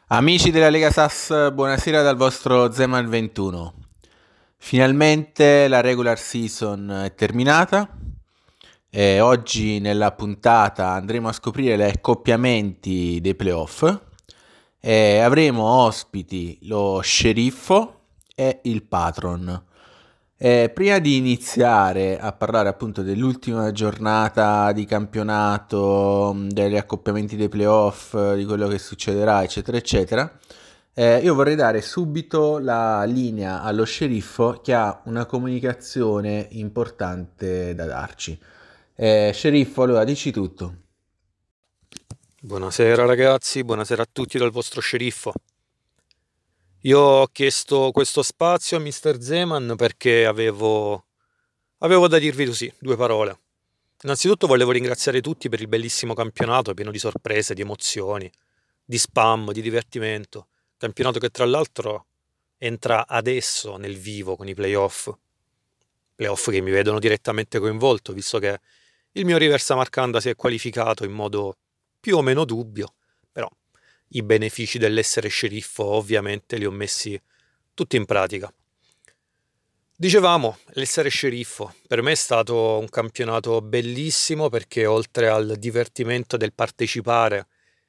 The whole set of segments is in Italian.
Amici della Lega Sass, buonasera dal vostro Zeman 21. Finalmente la regular season è terminata e oggi nella puntata andremo a scoprire gli accoppiamenti dei playoff e avremo ospiti lo sceriffo e il patron. Prima di iniziare a parlare appunto dell'ultima giornata di campionato, degli accoppiamenti dei playoff, di quello che succederà, eccetera, eccetera, io vorrei dare subito la linea allo sceriffo che ha una comunicazione importante da darci. Sceriffo, allora dici tutto. Buonasera ragazzi, buonasera a tutti dal vostro sceriffo. Io ho chiesto questo spazio a Mr. Zeman perché avevo da dirvi così, due parole. Innanzitutto volevo ringraziare tutti per il bellissimo campionato pieno di sorprese, di emozioni, di spam, di divertimento. Campionato che tra l'altro entra adesso nel vivo con i playoff. Playoff che mi vedono direttamente coinvolto, visto che il mio Riversa Marcanda si è qualificato in modo più o meno dubbio, però i benefici dell'essere sceriffo ovviamente li ho messi tutti in pratica. Dicevamo, l'essere sceriffo per me è stato un campionato bellissimo perché oltre al divertimento del partecipare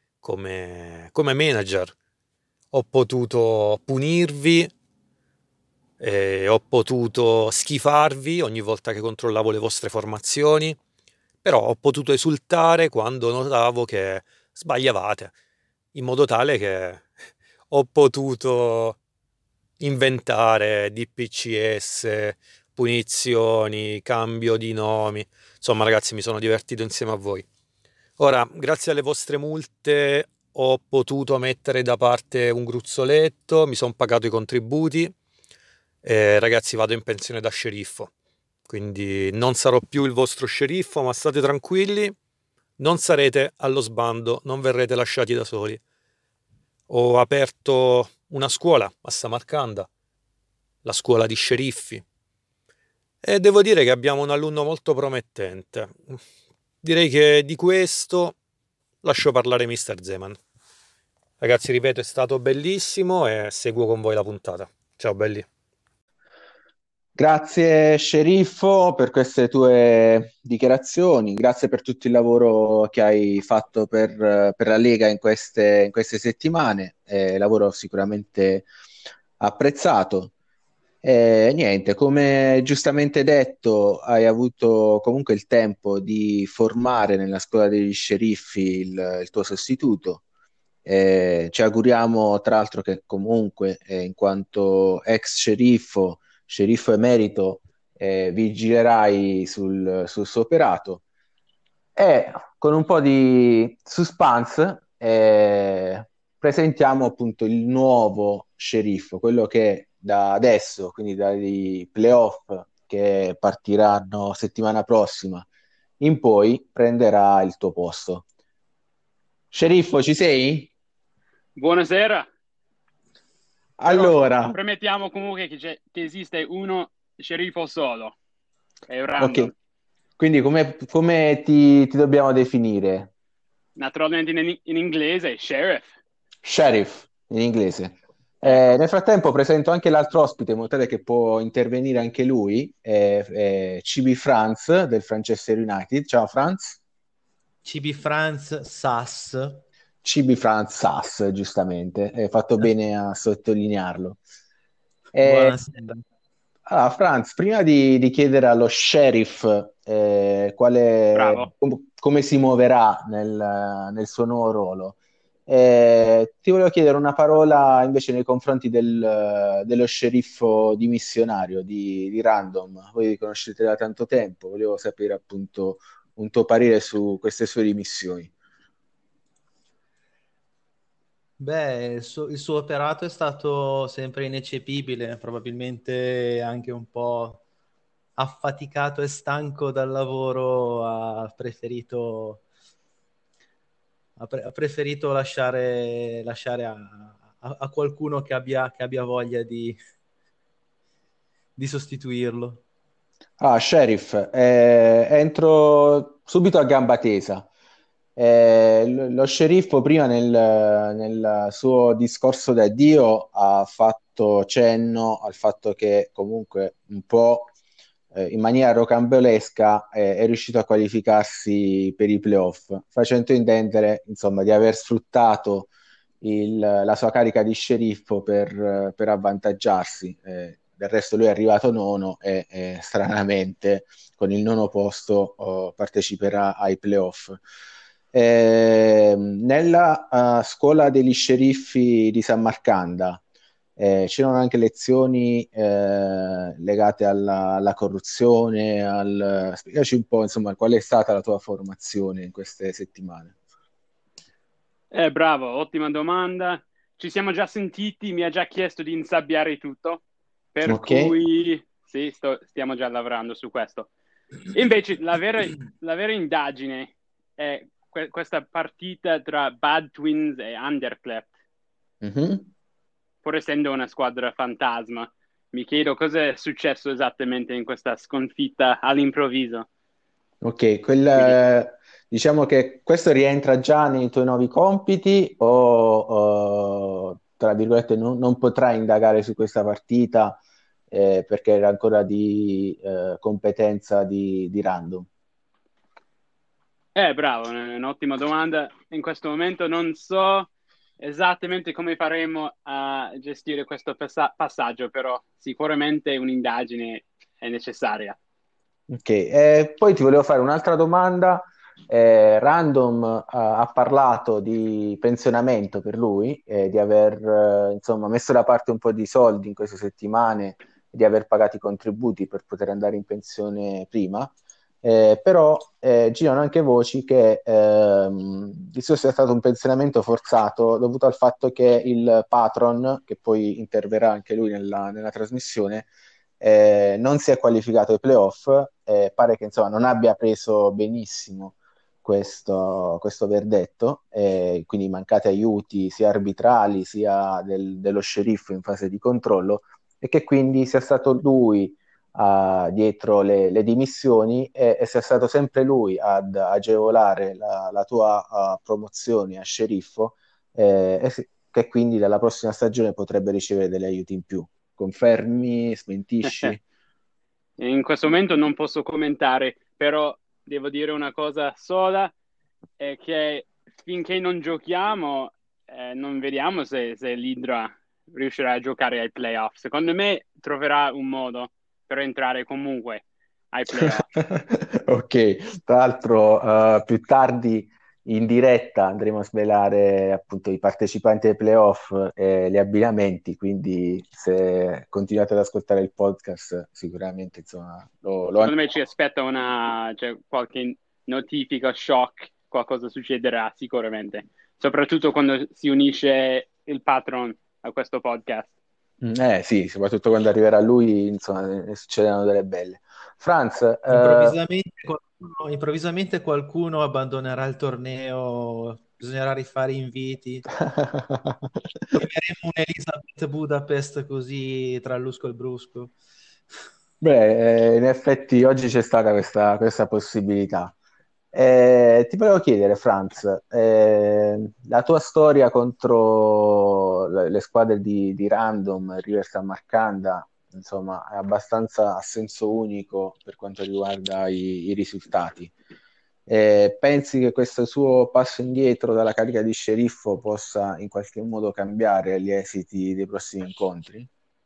come manager ho potuto punirvi, ho potuto schifarvi ogni volta che controllavo le vostre formazioni, però ho potuto esultare quando notavo che sbagliavate, in modo tale che ho potuto inventare DPCS, punizioni, cambio di nomi. Insomma, ragazzi, mi sono divertito insieme a voi. Ora, grazie alle vostre multe, ho potuto mettere da parte un gruzzoletto, mi sono pagato i contributi e ragazzi, vado in pensione da sceriffo. Quindi non sarò più il vostro sceriffo, ma state tranquilli, non sarete allo sbando, non verrete lasciati da soli. Ho aperto una scuola a Samarcanda, la scuola di sceriffi, e devo dire che abbiamo un alunno molto promettente. Direi che di questo lascio parlare Mr. Zeman. Ragazzi, ripeto, è stato bellissimo e seguo con voi la puntata. Ciao belli. Grazie sceriffo per queste tue dichiarazioni, grazie per tutto il lavoro che hai fatto per la Lega in queste settimane, lavoro sicuramente apprezzato. E niente, come giustamente detto, hai avuto comunque il tempo di formare nella scuola degli sceriffi il tuo sostituto. Ci auguriamo tra l'altro che comunque, in quanto ex sceriffo emerito, vigilerai sul suo operato e con un po' di suspense presentiamo appunto il nuovo sceriffo, quello che da adesso, quindi dai playoff che partiranno settimana prossima in poi, prenderà il tuo posto. Sceriffo, ci sei? Buonasera, però Allora, premettiamo comunque che esiste uno sceriffo solo, è un ok, random. quindi come ti dobbiamo definire? Naturalmente in inglese, sheriff. Sheriff in inglese. Ecco. Nel frattempo presento anche l'altro ospite, in modo tale che può intervenire anche lui, CB Franz del Manchester United. Ciao Franz. CB France SAS. CB Franz Sass, giustamente, hai fatto bene a sottolinearlo. Eh, Buonasera. allora, Franz, prima di chiedere allo sheriff Bravo. come si muoverà nel suo nuovo ruolo, ti volevo chiedere una parola invece nei confronti dello sceriffo dimissionario di Random. Voi vi conoscete da tanto tempo, volevo sapere appunto un tuo parere su queste sue dimissioni. Beh, il suo operato è stato sempre ineccepibile, probabilmente anche un po' affaticato e stanco dal lavoro, ha preferito lasciare a qualcuno che abbia voglia di sostituirlo. Ah, Sheriff, entro subito a gamba tesa. Lo sceriffo prima nel suo discorso d'addio ha fatto cenno al fatto che comunque un po' in maniera rocambolesca è riuscito a qualificarsi per i playoff, facendo intendere insomma di aver sfruttato la sua carica di sceriffo per avvantaggiarsi. Del resto lui è arrivato nono e stranamente con il nono posto parteciperà ai playoff. Nella scuola degli sceriffi di San Marcanda c'erano anche lezioni legate alla corruzione, spiegaci un po', insomma, qual è stata la tua formazione in queste settimane? Bravo, ottima domanda. Ci siamo già sentiti, mi ha già chiesto di insabbiare tutto, per Ok, cui sì, stiamo già lavorando su questo. Invece la vera indagine è questa partita tra Bad Twins e Underclap, mhm. pur essendo una squadra fantasma. Mi chiedo cosa è successo esattamente in questa sconfitta all'improvviso. Ok, Quindi, diciamo che questo rientra già nei tuoi nuovi compiti o, tra virgolette, non potrai indagare su questa partita perché era ancora di competenza di Random. bravo, è un'ottima domanda. In questo momento non so esattamente come faremo a gestire questo passaggio, però sicuramente un'indagine è necessaria. Ok, poi ti volevo fare un'altra domanda. Random ha parlato di pensionamento per lui, di aver insomma, messo da parte un po' di soldi in queste settimane, di aver pagato i contributi per poter andare in pensione prima. Però girano anche voci che il suo sia stato un pensionamento forzato dovuto al fatto che il patron, che poi interverrà anche lui nella trasmissione, non si è qualificato ai playoff, pare che insomma non abbia preso benissimo questo verdetto, quindi mancati aiuti sia arbitrali sia dello sceriffo in fase di controllo e che quindi sia stato lui dietro le dimissioni e sia stato sempre lui ad agevolare la tua promozione a sceriffo che quindi dalla prossima stagione potrebbe ricevere degli aiuti in più. Confermi? Smentisci? In questo momento non posso commentare, però devo dire una cosa sola, è che finché non giochiamo, non vediamo se l'Hydra riuscirà a giocare ai playoff. Secondo me troverà un modo per entrare comunque ai playoff. Ok, tra l'altro più tardi in diretta andremo a svelare appunto i partecipanti ai playoff e gli abbinamenti, quindi se continuate ad ascoltare il podcast sicuramente insomma lo Secondo me andremo. ci aspetta cioè, qualche notifica, shock, qualcosa succederà sicuramente, soprattutto quando si unisce il patron a questo podcast. Sì, soprattutto quando arriverà lui, insomma, ne succederanno delle belle. Franz, Improvvisamente qualcuno abbandonerà il torneo, bisognerà rifare inviti. Troveremo un Elisabeth Budapest così tra il lusco e il brusco. Beh, in effetti oggi c'è stata questa possibilità. Ti volevo chiedere, Franz, la tua storia contro le squadre di Random, River San Marcanda, insomma, è abbastanza a senso unico per quanto riguarda i risultati. Pensi che questo suo passo indietro dalla carica di sceriffo possa in qualche modo cambiare gli esiti dei prossimi incontri?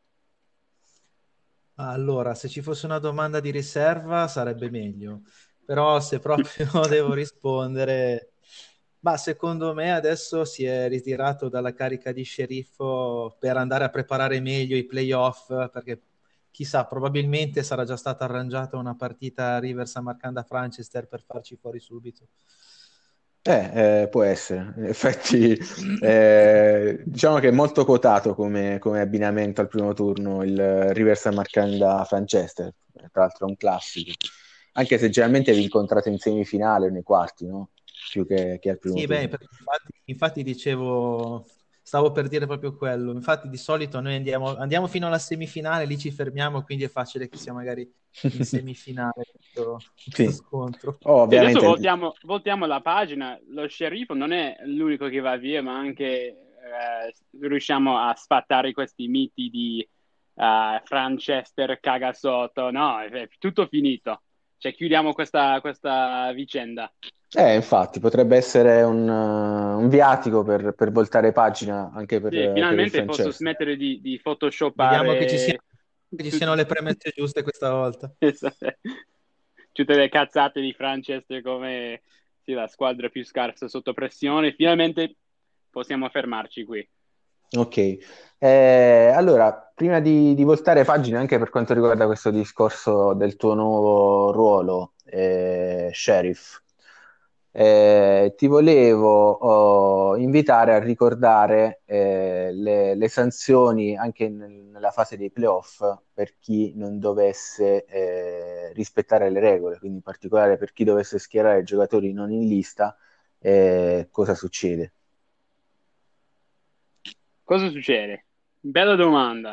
Allora, se ci fosse una domanda di riserva sarebbe meglio, però se proprio devo rispondere, ma secondo me adesso si è ritirato dalla carica di sceriffo per andare a preparare meglio i playoff, perché chissà, probabilmente sarà già stata arrangiata una partita River Samarcanda-Franchester per farci fuori subito. Può essere, in effetti diciamo che è molto quotato come abbinamento al primo turno il River San Marcanda Franchester, tra l'altro è un classico, anche se generalmente vi incontrate in semifinale o nei quarti, no? Più che al primo Sì, beh, turno. infatti dicevo, Stavo per dire proprio quello. Infatti di solito noi andiamo fino alla semifinale, lì ci fermiamo, quindi è facile che sia magari in semifinale questo Sì. scontro. Sì, adesso Ovviamente. voltiamo la pagina. Lo sceriffo non è l'unico che va via, ma anche riusciamo a sfatare questi miti di Franchester Cagasotto. No, è tutto finito. Cioè, chiudiamo questa vicenda. Infatti, potrebbe essere un viatico per voltare pagina anche Sì, per il finalmente posso Francesco. smettere di Vediamo photoshoppare che ci siano le premesse giuste questa volta. tutte le cazzate di Franchester come sì, la squadra più scarsa sotto pressione. Finalmente possiamo fermarci qui. Ok, allora, prima di voltare pagina anche per quanto riguarda questo discorso del tuo nuovo ruolo, sheriff, ti volevo invitare a ricordare le sanzioni anche nella fase dei playoff per chi non dovesse rispettare le regole, quindi in particolare per chi dovesse schierare giocatori non in lista, cosa succede? Cosa succede? Bella domanda.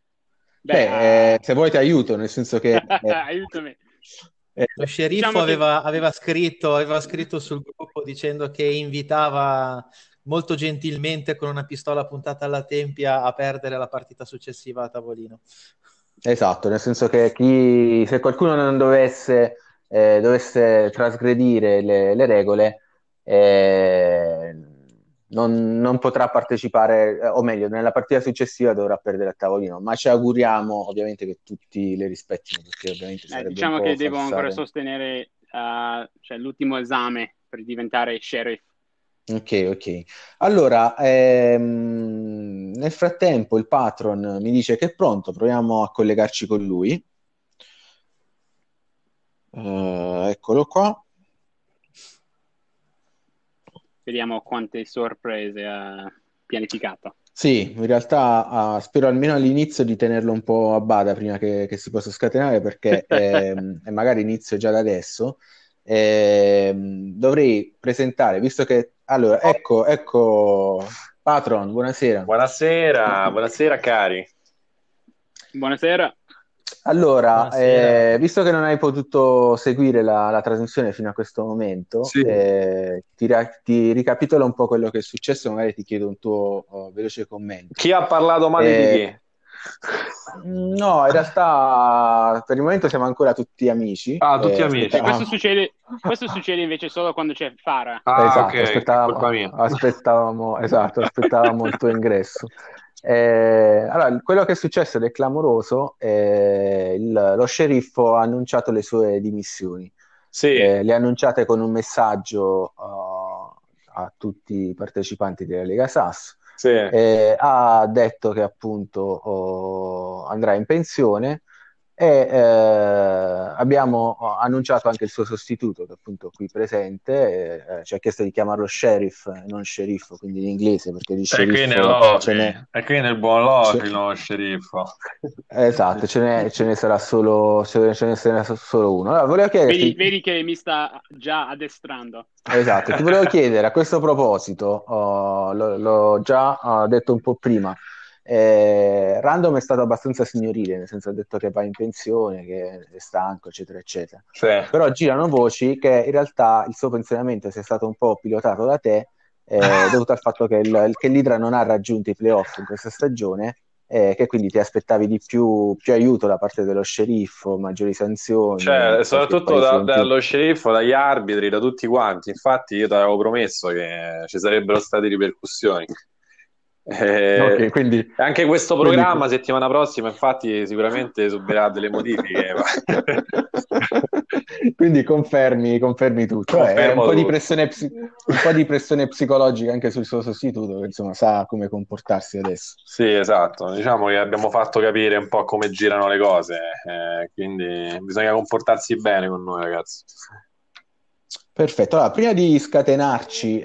Se vuoi ti aiuto, nel senso che aiutami. Lo sceriffo Diciamo che aveva scritto sul gruppo dicendo che invitava molto gentilmente con una pistola puntata alla tempia a perdere la partita successiva a tavolino. esatto, nel senso che se qualcuno non dovesse trasgredire le regole, non potrà partecipare, o meglio, nella partita successiva dovrà perdere a tavolino, ma ci auguriamo ovviamente che tutti le rispettino, perché ovviamente sarebbe un diciamo po' che devo ancora falsare. sostenere cioè, l'ultimo esame per diventare sheriff. Ok. Allora, nel frattempo il patron mi dice che è pronto, proviamo a collegarci con lui. Eccolo qua. Vediamo quante sorprese ha pianificato. Sì, in realtà spero almeno all'inizio di tenerlo un po' a bada prima che si possa scatenare, perché e magari inizio già da adesso. Dovrei presentare, visto che... Allora, ecco, patron, buonasera. Buonasera cari. Buonasera. Allora, Buonasera. visto che non hai potuto seguire la trasmissione fino a questo momento, Sì. ti ricapitolo un po' quello che è successo, magari ti chiedo un tuo veloce commento. Chi ha parlato male di chi? No, in realtà per il momento siamo ancora tutti amici. Tutti amici. Questo succede invece solo quando c'è Fara. Esatto, Ok, è colpa mia. aspettavamo il tuo ingresso. Allora, quello che è successo ed è clamoroso, lo sceriffo ha annunciato le sue dimissioni. Sì. Le ha annunciate con un messaggio a tutti i partecipanti della Lega SAS. Sì. Ha detto che appunto andrà in pensione e abbiamo annunciato anche il suo sostituto, che è appunto qui presente, ci ha chiesto di chiamarlo sheriff, non sceriffo, quindi in inglese, perché di È sceriffo qui nell'Ofi, ce n'è. è qui nel buon Lofi, no, sceriffo. Esatto, ce ne sarà solo uno. Allora, volevo chiederti... Vedi che mi sta già addestrando. Esatto, ti volevo chiedere a questo proposito, l'ho già detto un po' prima, Random è stato abbastanza signorile, nel senso ha detto che va in pensione, che è stanco, eccetera, eccetera. Sì. Però girano voci che in realtà il suo pensionamento sia stato un po' pilotato da te, dovuto al fatto che l'Hydra non ha raggiunto i playoff in questa stagione, che quindi ti aspettavi di più aiuto da parte dello sceriffo, maggiori sanzioni, Cioè, soprattutto qualche in più. dallo sceriffo, dagli arbitri, da tutti quanti. Infatti io ti avevo promesso che ci sarebbero state ripercussioni. Ok, quindi anche questo programma settimana prossima infatti sicuramente subirà delle modifiche. Quindi confermi tutto. Confermo un po' di tutto. pressione psicologica anche sul suo sostituto, che insomma sa come comportarsi adesso. Sì, esatto, diciamo che abbiamo fatto capire un po' come girano le cose, quindi bisogna comportarsi bene con noi, ragazzi. Perfetto, allora prima di scatenarci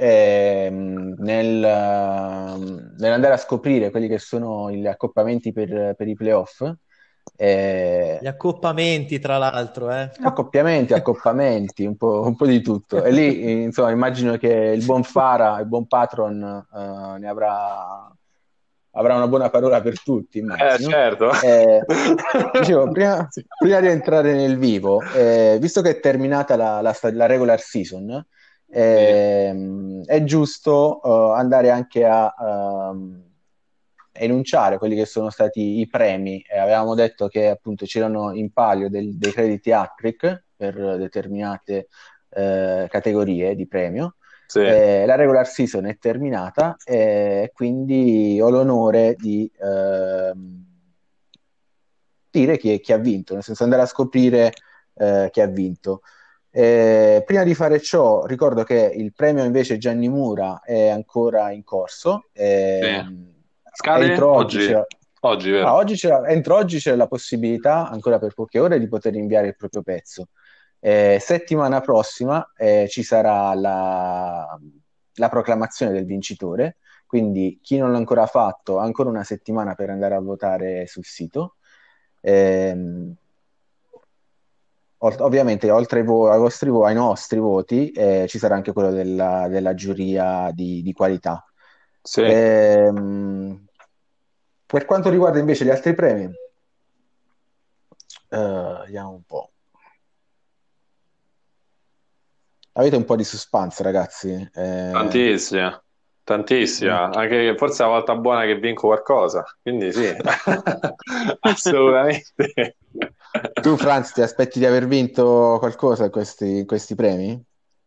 nell'andare a scoprire quelli che sono gli accoppamenti per i playoff, Gli accoppamenti, tra l'altro, accoppiamenti, un po' di tutto. E lì, insomma, immagino che il buon Fara, il buon patron, ne avrà avrà una buona parola per tutti, immagino. Certo. Dicevo, prima di entrare nel vivo, visto che è terminata la regular season, è giusto andare anche a enunciare quelli che sono stati i premi. Avevamo detto che appunto c'erano in palio dei crediti hat-trick per determinate categorie di premio. Sì. La regular season è terminata e quindi ho l'onore di dire chi ha vinto, nel senso andare a scoprire chi ha vinto. Prima di fare ciò, ricordo che il premio invece Gianni Mura è ancora in corso. Scade entro oggi, vero? Entro oggi c'è la possibilità, ancora per poche ore, di poter inviare il proprio pezzo. Settimana prossima ci sarà la proclamazione del vincitore, quindi chi non l'ha ancora fatto ha ancora una settimana per andare a votare sul sito. Ovviamente oltre ai nostri voti ci sarà anche quello della giuria di qualità. Sì. Per quanto riguarda invece gli altri premi, vediamo un po'. Avete un po' di suspense, ragazzi? Tantissima, anche forse è la volta buona che vinco qualcosa, quindi sì, assolutamente. Tu, Franz, ti aspetti di aver vinto qualcosa in questi premi?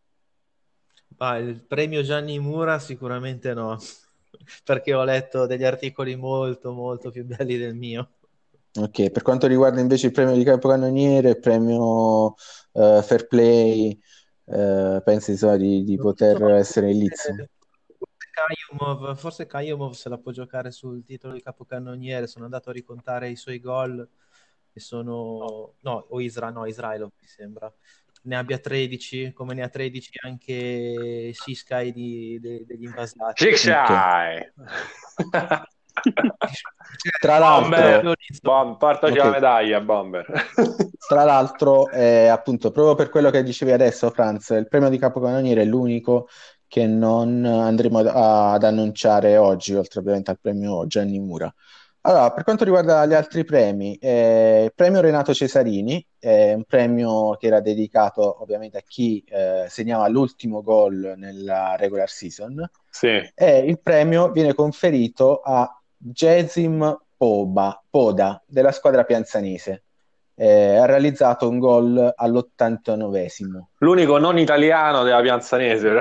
Il premio Gianni Mura sicuramente no, perché ho letto degli articoli molto molto più belli del mio. Ok, per quanto riguarda invece il premio di capocannoniere, il premio Fair Play, pensi insomma, di poter essere in lizzo? Forse Kayumov se la può giocare sul titolo di capocannoniere. Sono andato a ricontare i suoi gol e sono... No, Israelov mi sembra. Ne abbia 13, come ne ha 13 anche Siskai degli invasati. Siskai! Tra l'altro, portaci la medaglia, Bomber. Tra l'altro, appunto, proprio per quello che dicevi adesso, Franz, il premio di capocannoniere è l'unico che non andremo ad annunciare oggi, oltre ovviamente al premio Gianni Mura. Allora, per quanto riguarda gli altri premi, il premio Renato Cesarini è un premio che era dedicato ovviamente a chi segnava l'ultimo gol nella regular season. Sì. E il premio viene conferito a Gesim Poda della squadra pianzanese. Ha realizzato un gol all'89esimo. L'unico non italiano della Pianzanese.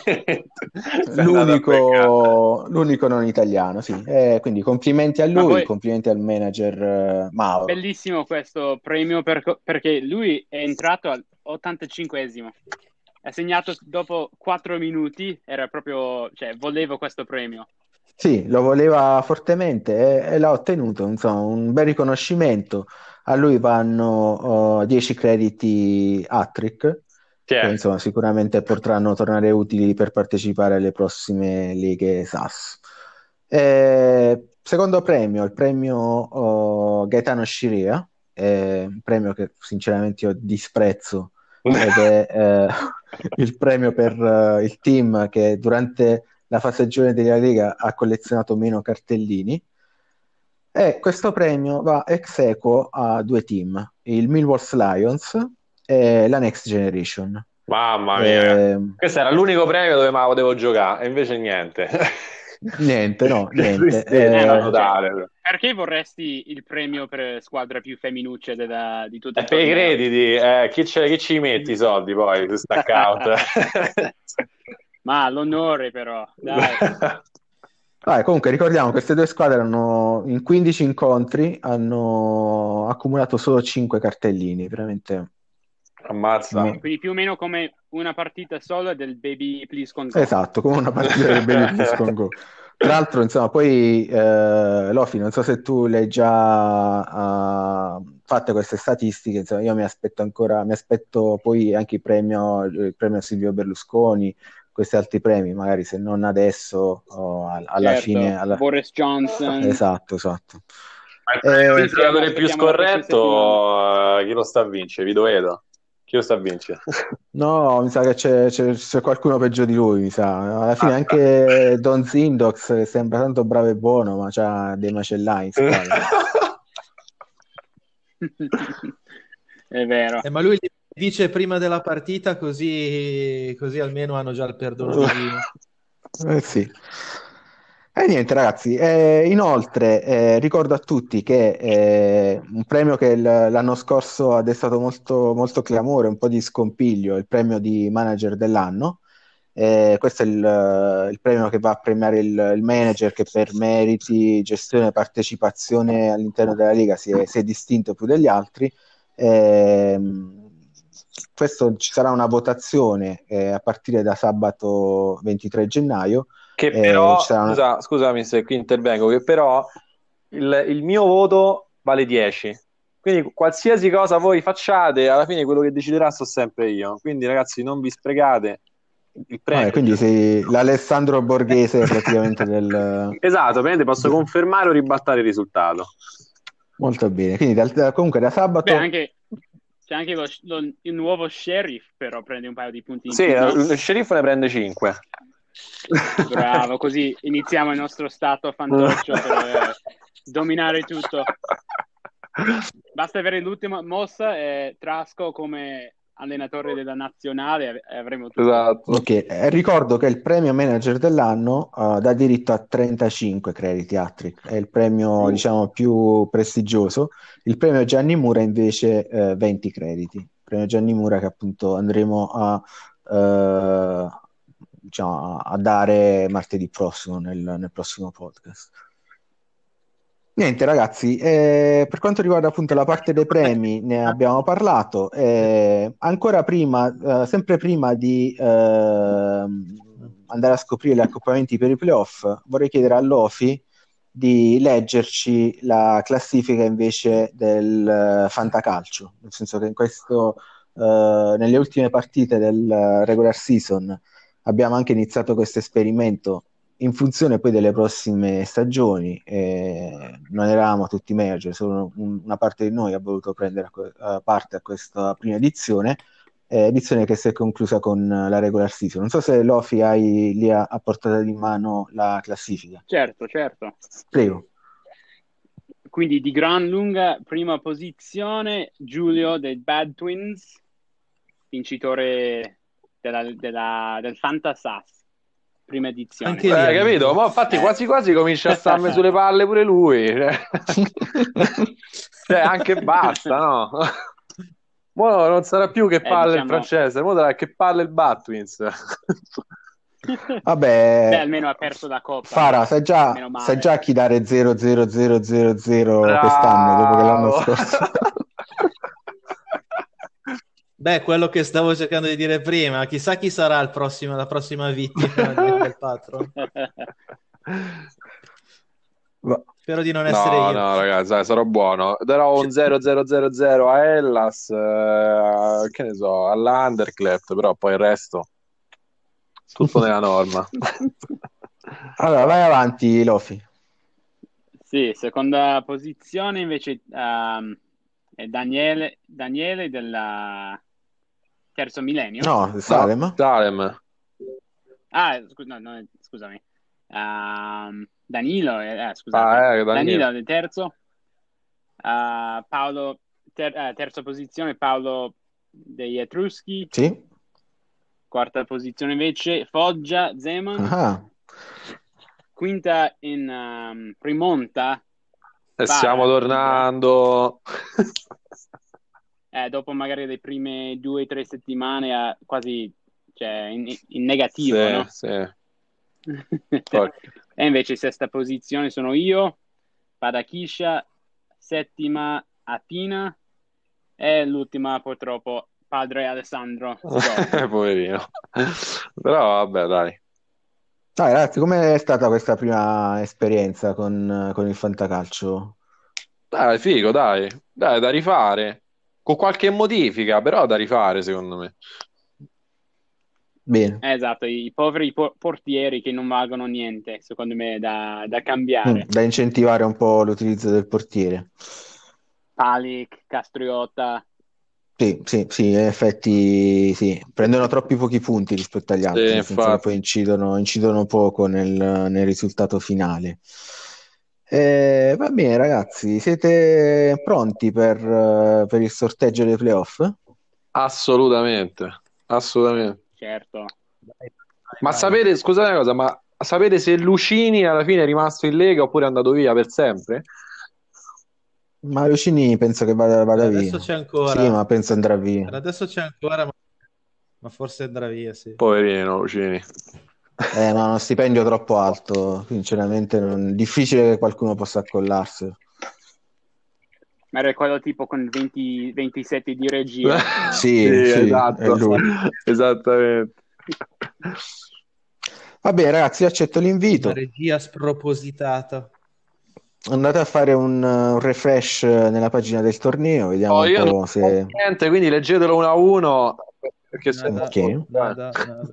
L'unico non italiano, sì. Quindi complimenti a lui, complimenti al manager Mauro. Bellissimo questo premio perché lui è entrato all'85esimo. Ha segnato dopo 4 minuti, era proprio, cioè, volevo questo premio. Sì, lo voleva fortemente e l'ha ottenuto, insomma, un bel riconoscimento. A lui vanno 10 crediti hat-trick, che insomma sicuramente potranno tornare utili per partecipare alle prossime leghe SAS. Secondo premio, il premio Gaetano Scirea, un premio che sinceramente io disprezzo, ed è il premio per il team che durante la fase girone della Lega ha collezionato meno cartellini. E questo premio va ex aequo a 2 team, il Millwall Lions e la Next Generation. Mamma mia, questo era l'unico premio dove me la potevo giocare, e invece niente. Niente. Perché vorresti il premio per squadra più femminucce di tutto il per i crediti, chi ci metti i soldi poi su sta account? Ma l'onore però, dai. Comunque ricordiamo che queste due squadre in 15 incontri hanno accumulato solo 5 cartellini, veramente. Ammazza. Quindi più o meno come una partita sola del Baby Please Con Go. Esatto, come una partita del Baby Please Con Go. Tra l'altro, insomma, poi Lofi, non so se tu le hai già fatte queste statistiche, insomma, io mi aspetto poi anche il premio Silvio Berlusconi, questi altri premi, magari se non adesso alla fine. Boris Johnson. Esatto. Ma il giocatore più scorretto, chi lo sta a vincere? Vito Edo. Chi lo sta a vincere? No, mi sa che c'è qualcuno peggio di lui, mi sa. Alla fine anche Don Zindox, che sembra tanto bravo e buono, ma c'ha dei macellai in squadra. È vero. Ma lui li dice prima della partita, così almeno hanno già il perdono divino. Sì. E niente, ragazzi. Inoltre, ricordo a tutti che un premio che l'anno scorso ha destato molto, molto clamore, un po' di scompiglio, il premio di manager dell'anno. Questo è il premio che va a premiare il manager che per meriti, gestione e partecipazione all'interno della Lega si è distinto più degli altri. Questo ci sarà una votazione a partire da sabato 23 gennaio. Che però, Ci sarà scusami se qui intervengo, che però il mio voto vale 10. Quindi qualsiasi cosa voi facciate, alla fine quello che deciderà so sempre io. Quindi ragazzi, non vi sprecate. Il premio. quindi sei l'Alessandro Borghese praticamente del... Esatto, praticamente posso confermare o ribaltare il risultato. Molto bene. Quindi comunque da sabato... C'è anche il nuovo sheriff, però prende un paio di punti in Sì, più, no? il sceriffo ne prende 5. Bravo, così iniziamo il nostro stato fantoccio per dominare tutto. Basta avere l'ultima mossa e Trasco come allenatore della nazionale e avremo tutto. Esatto. Ok, ricordo che il premio manager dell'anno dà diritto a 35 crediti Hattrick, è il premio diciamo più prestigioso. Il premio Gianni Mura invece 20 crediti. Il premio Gianni Mura che appunto andremo diciamo, a dare martedì prossimo nel prossimo podcast. Niente ragazzi, per quanto riguarda appunto la parte dei premi ne abbiamo parlato, ancora prima, sempre prima di andare a scoprire gli accoppiamenti per i playoff, vorrei chiedere a Lofi di leggerci la classifica invece del Fantacalcio, nel senso che nelle ultime partite del regular season abbiamo anche iniziato questo esperimento in funzione poi delle prossime stagioni. Non eravamo tutti manager, solo una parte di noi ha voluto prendere parte a questa prima edizione che si è conclusa con la regular season. Non so se Lofi hai lì a portata di mano la classifica. Certo. Prego. Quindi di gran lunga prima posizione Giulio dei Bad Twins, vincitore del Fantasas, prima edizione. Anche io. Capito? Ma infatti quasi quasi comincia a starmi sulle palle pure lui. Cioè, anche basta, no? Mo non sarà più che palle il francese, mo sarà che palle il Batwins. Vabbè, almeno ha perso la coppa. Fara, sai già a chi dare 0-0-0-0-0 quest'anno dopo che l'anno scorso. Beh, quello che stavo cercando di dire prima, chissà chi sarà la prossima vittima del patron. Spero di non essere io. No, ragazzi, sarò buono. Darò un 0-0-0-0 a Hellas, che ne so, all'Undercleft, però poi il resto tutto nella norma. Allora, vai avanti, Lofi. Sì, seconda posizione invece è Daniele della Terzo Millennio. No, Salem. Scusami. Danilo, scusate. Danilo del terzo. Paolo, terza posizione, Paolo degli Etruschi. Sì. Quarta posizione invece, Foggia, Zeman. Ah. Quinta in rimonta. Stiamo tornando. Dopo magari le prime 2 o 3 settimane quasi in negativo, sì, no? Sì. E invece sesta posizione sono io, Padachiscia, settima Atina e l'ultima purtroppo padre Alessandro. Poverino. Però vabbè, dai. Dai ragazzi, com'è stata questa prima esperienza con il Fantacalcio? Dai, figo, dai, da rifare. Con qualche modifica, però da rifare, secondo me. Bene. Esatto, i poveri portieri che non valgono niente, secondo me, da cambiare. Da incentivare un po' l'utilizzo del portiere. Palic, Castriota. Sì, sì, sì, in effetti sì, prendono troppi pochi punti rispetto agli Sì, altri, nel senso che infatti. poi incidono poco nel risultato finale. Va bene, ragazzi, siete pronti per il sorteggio dei playoff? Assolutamente, assolutamente. Certo. Vai, Ma vai. sapete, scusate una cosa, ma sapete se Lucini alla fine è rimasto in Lega oppure è andato via per sempre? Ma Lucini penso che Per vada adesso via. c'è Sì, ancora. ma penso andrà via. Per adesso c'è ancora, ma forse andrà via, sì. Poverino Lucini. Ma uno stipendio troppo alto, sinceramente, difficile che qualcuno possa accollarselo. Ma era quello tipo con 20, 27 di regia. Sì, Sì, sì, è esatto, lui. esattamente. Va bene, ragazzi, io accetto Una l'invito. regia spropositata. Andate a fare un refresh nella pagina del torneo, vediamo Oh, un io non po' so se... niente, quindi leggetelo uno a uno, perché se no... Nada, Ok. nada.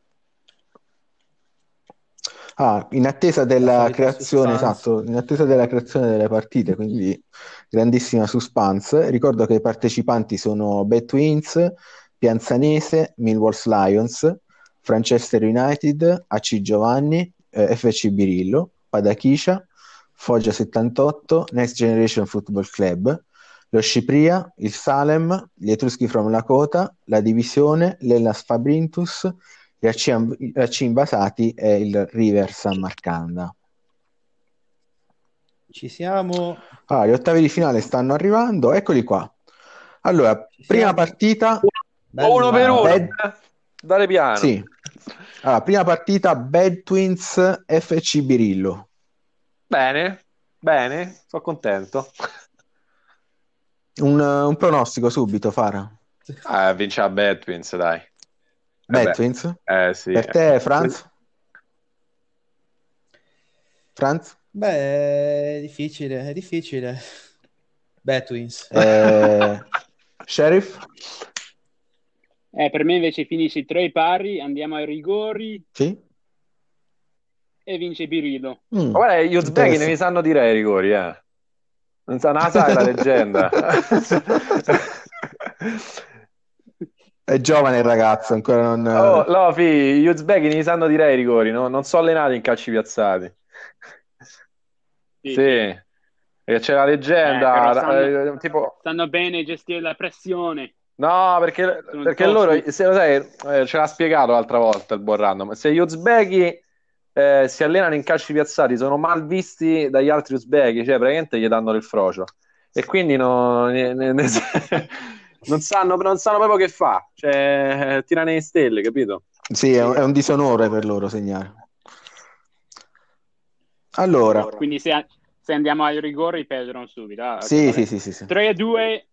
In attesa La della solita creazione, suspense. esatto, in attesa della creazione delle partite, quindi grandissima suspense. Ricordo che i partecipanti sono Bad Twins, Pianzanese, Millwall Lions, Manchester United, AC Giovanni, FC Birillo, Padachiscia, Foggia 78, Next Generation Football Club, lo Scipria, il Salem, gli Etruschi from Lakota, la Divisione, l'Hellas Fabrintus, gli AC Invasati e il River San Marcanda. Ci siamo. Allora, gli ottavi di finale stanno arrivando, eccoli qua. Allora, Ci prima siamo. partita, Uno per uno, Bad, Bella. dare piano. sì. Allora, prima partita Bad Twins FC Birillo. Bene, bene, sono contento. Un pronostico subito, Fara. Vince a Bad Twins, dai. Bad Beh, Twins? sì. Per te, Franz? Franz? Beh, è difficile, è difficile. Beh, Twins. Sheriff? Per me invece finisce 3 pari, andiamo ai rigori Sì? e vince Birillo. Ma guarda, gli uzbeki ne Interessante. sanno tirare i rigori, eh. Non sa, non la sai la leggenda. È giovane il ragazzo, ancora Oh, non... no, gli uzbeki ne sanno tirare i rigori, no? Non sono allenati in calci piazzati. Sì, Sì, sì. perché c'è la Però leggenda, sanno, tipo... sanno bene gestire la pressione. No, perché, Sono perché loro, tosti. se lo sai, ce l'ha spiegato l'altra volta il buon random, se gli uzbeki si allenano in calci piazzati sono mal visti dagli altri uzbeki, cioè praticamente gli danno del frocio e quindi non sanno proprio che fa, cioè tira nelle stelle, capito? Sì, è un disonore per loro segnare. Allora, Quindi se andiamo ai rigori perdono subito. Ah, ok, sì, vabbè. sì, sì, sì, sì. 3-2,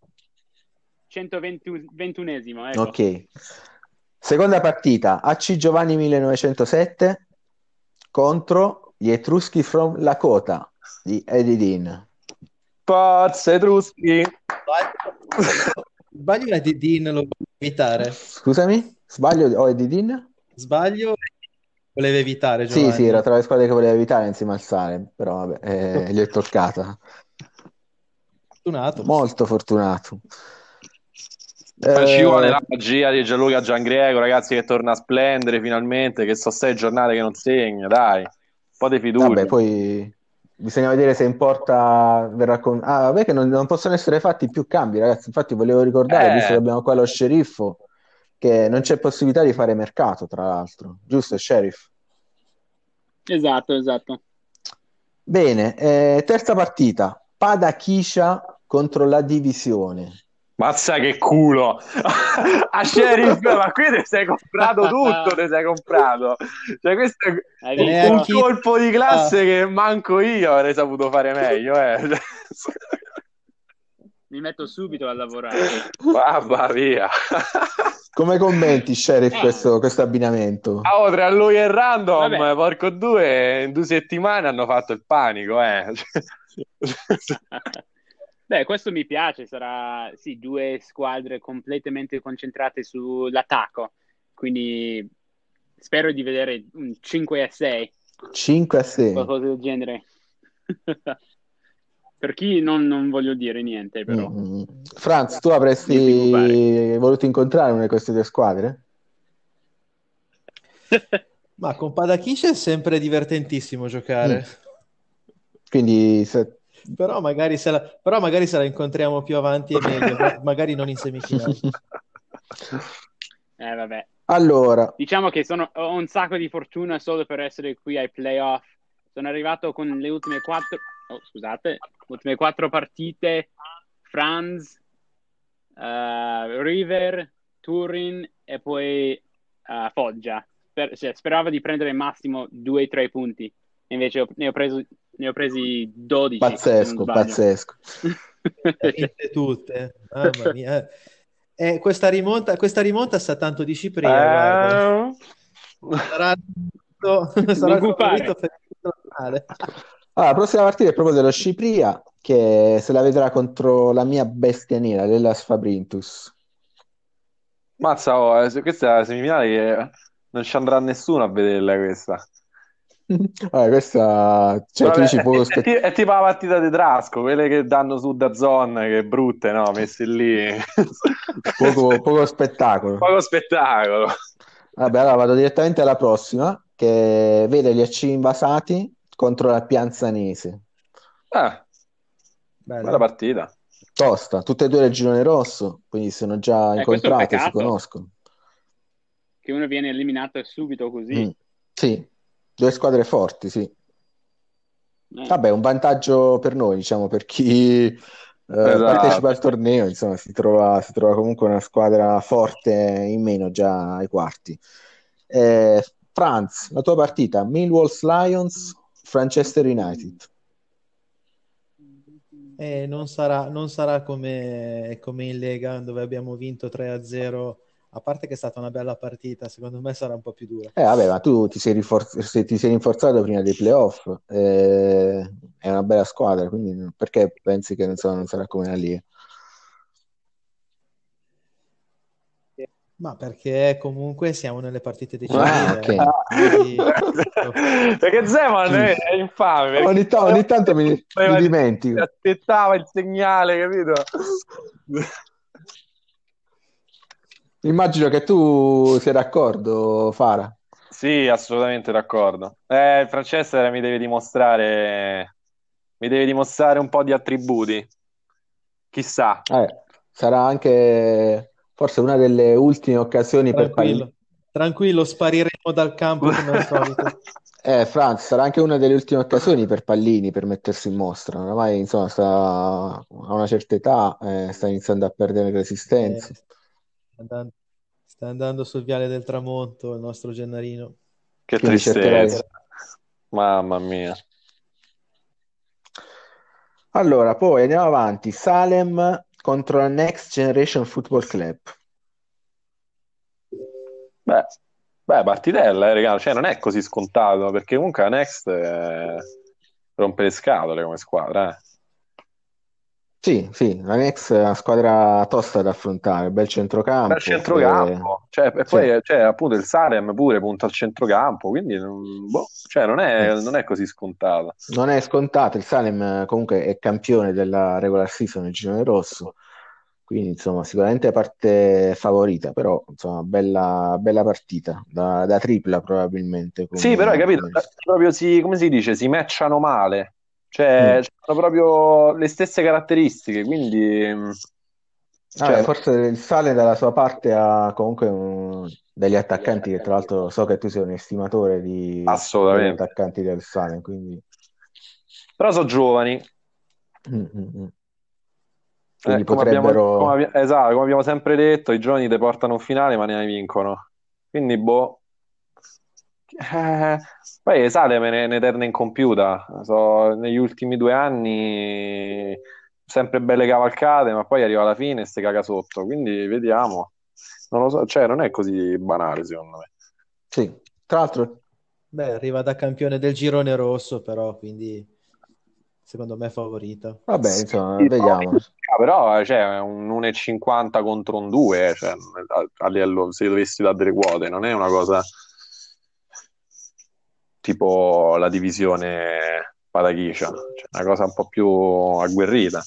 121esimo, ecco. Ok. Seconda partita, AC Giovanni 1907 contro gli Etruschi from Lakota di Eddie Dean. Forza Etruschi! Sbaglio è di Dean, lo volevo evitare. Scusami, sbaglio o Eddie Dean? Sbaglio, voleva evitare Sì, sì, era Giovanni. tra le squadre che voleva evitare insieme al Salem, però vabbè, gli è toccata. Fortunato. Molto fortunato. Ma ci vuole Eh, la magia di Gianluca Giangreco, ragazzi, che torna a splendere finalmente, che so 6 giornate che non segna, dai, un po' di Vabbè, fiducia. poi bisogna vedere se in porta verrà con... Ah, vabbè che non possono essere fatti più cambi, ragazzi. Infatti volevo ricordare, visto che Eh, abbiamo qua lo sceriffo, che non c'è possibilità di fare mercato, tra l'altro. Giusto, sheriff? Esatto, esatto. Bene, terza partita. Padachiscia contro la divisione. mazza che culo! A Sheriff, ma qui ti sei comprato tutto, ti sei comprato. Cioè, questo è Hai Ne è visto? un anch'io. colpo di classe che manco io avrei saputo fare meglio, eh. Mi metto subito a lavorare. Mamma mia. Come commenti, sheriff, Ah, questo abbinamento? Ah, oh, tra lui e Random, vabbè. porco due, in 2 settimane hanno fatto il panico, eh. Beh, questo mi piace. Sarà, sì, 2 squadre completamente concentrate sull'attacco. Quindi spero di vedere un 5-6, 5 a 6. qualcosa del genere. Per chi non voglio dire niente, però. Franz, tu Mi preoccupare. avresti voluto incontrare una di queste due squadre? Ma con Padakish è sempre divertentissimo giocare. Quindi Però magari se la incontriamo più avanti è meglio, magari non in semifinale. Vabbè. Allora, Diciamo che ho un sacco di fortuna solo per essere qui ai playoff. Sono arrivato con le ultime quattro partite. Franz, River, Turin e poi Foggia. Speravo di prendere massimo 2-3 punti. Invece ne ho presi 12, se non pazzesco, sbaglio. pazzesco. Vinte tutte, mamma mia. Questa rimonta sa tanto di Cipria, guarda. Sarà il favorito per il nazionale. Allora, la prossima partita è proprio dello Cipria, che se la vedrà contro la mia bestia nera, l'Hellas Fabrintus. Mazza, questa è la semifinale che non ci andrà nessuno a vederla questa. Vabbè, questa, cioè, tu dici poco è tipo la partita di Trasco, quelle che danno su DAZN, che brutte, no? Messe lì. poco spettacolo. Poco spettacolo. Vabbè, allora vado direttamente alla prossima, che vede gli AC invasati contro la Pianzanese. Bella partita. Tosta, tutte e due del girone rosso, quindi sono già incontrate, si conoscono. Che uno viene eliminato subito così. Sì, due squadre forti, sì. Vabbè, un vantaggio per noi, diciamo, per chi partecipa al torneo, insomma, si trova comunque una squadra forte in meno già ai quarti. Franz, la tua partita, Millwall's Lions, Manchester United. Non sarà come in Lega, dove abbiamo vinto 3-0. A parte che è stata una bella partita, secondo me sarà un po' più dura. Vabbè, ma tu ti sei rinforzato prima dei playoff, è una bella squadra, quindi perché pensi che non sarà come la Liga? Ma perché comunque siamo nelle partite decisive. Okay. Perché Zeman è infame. Ogni tanto mi dimentico. Aspettava il segnale, capito? Immagino che tu sia d'accordo, Fara. Sì, assolutamente d'accordo. Il Manchester mi deve dimostrare un po' di attributi. Chissà. Sarà anche forse una delle ultime occasioni per Tranquillo, spariremo dal campo come al solito. Franz, sarà anche una delle ultime occasioni per Pallini per mettersi in mostra. Oramai, insomma, a una certa età, sta iniziando a perdere resistenza. Sta andando sul viale del tramonto il nostro Gennarino. Che tristezza. Mamma mia. Allora, poi andiamo avanti. Salem contro la Next Generation Football Club. Beh, partitella, regalo. Cioè, non è così scontato, perché comunque la Next rompe le scatole come squadra. Sì, la Next è una squadra tosta da affrontare, bel centrocampo. Bel centrocampo. Poi appunto il Salem pure punta al centrocampo, quindi non è così scontato. Non è scontato, il Salem comunque è campione della regular season nel girone rosso, quindi insomma sicuramente parte favorita, però insomma bella partita, da tripla probabilmente. Sì, però hai capito, proprio come si dice, si matchano male, cioè hanno proprio le stesse caratteristiche, quindi... forse il Salem dalla sua parte ha comunque degli attaccanti che tra l'altro so che tu sei un estimatore degli attaccanti del Salem, quindi... Però sono giovani. Quindi potrebbero... come abbiamo sempre detto, i giovani ti portano un finale ma ne vincono. Quindi, poi Salem ne terna incompiuta. Negli ultimi 2 anni sempre belle cavalcate, ma poi arriva alla fine e si caga sotto. Quindi vediamo. Non lo so, cioè non è così banale secondo me. Sì, tra l'altro... arriva da campione del girone rosso, però, quindi... secondo me è favorita. Vabbè, insomma, vediamo. Però c'è un 1,50 contro un 2, cioè, a livello, se dovessi dare delle quote, non è una cosa tipo la divisione Patachiscia, cioè una cosa un po' più agguerrita.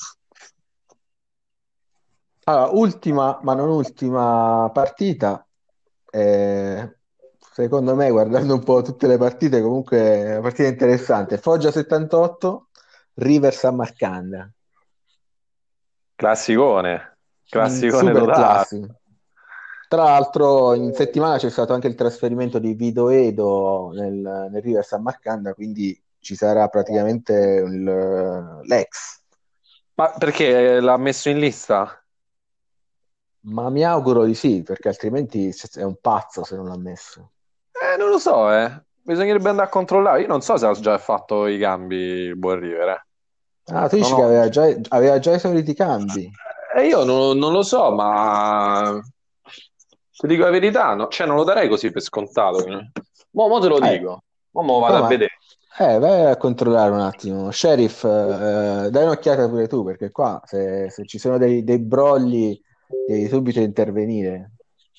Allora, ultima, ma non ultima partita, secondo me, guardando un po' tutte le partite, comunque è una partita interessante. Foggia 78, River Sammarcanda, Classicone, un classicone super totale. classico. Tra l'altro in settimana c'è stato anche il trasferimento di Vito Edo nel River Sammarcanda, quindi ci sarà praticamente l'ex. Ma perché l'ha messo in lista? Ma mi auguro di sì, perché altrimenti è un pazzo se non l'ha messo. Non lo so, eh. Bisognerebbe andare a controllare. Io non so se ha già fatto i cambi il buon River, eh. Ah, tu Non dici che ho... aveva già esaurito i cambi? Io non lo so, ma ti dico la verità, cioè non lo darei così per scontato. Mo te lo Eh, dico, mo vado no, a ma vedere. vai a controllare un attimo. Sheriff, dai un'occhiata pure tu, perché qua se ci sono dei brogli devi subito intervenire.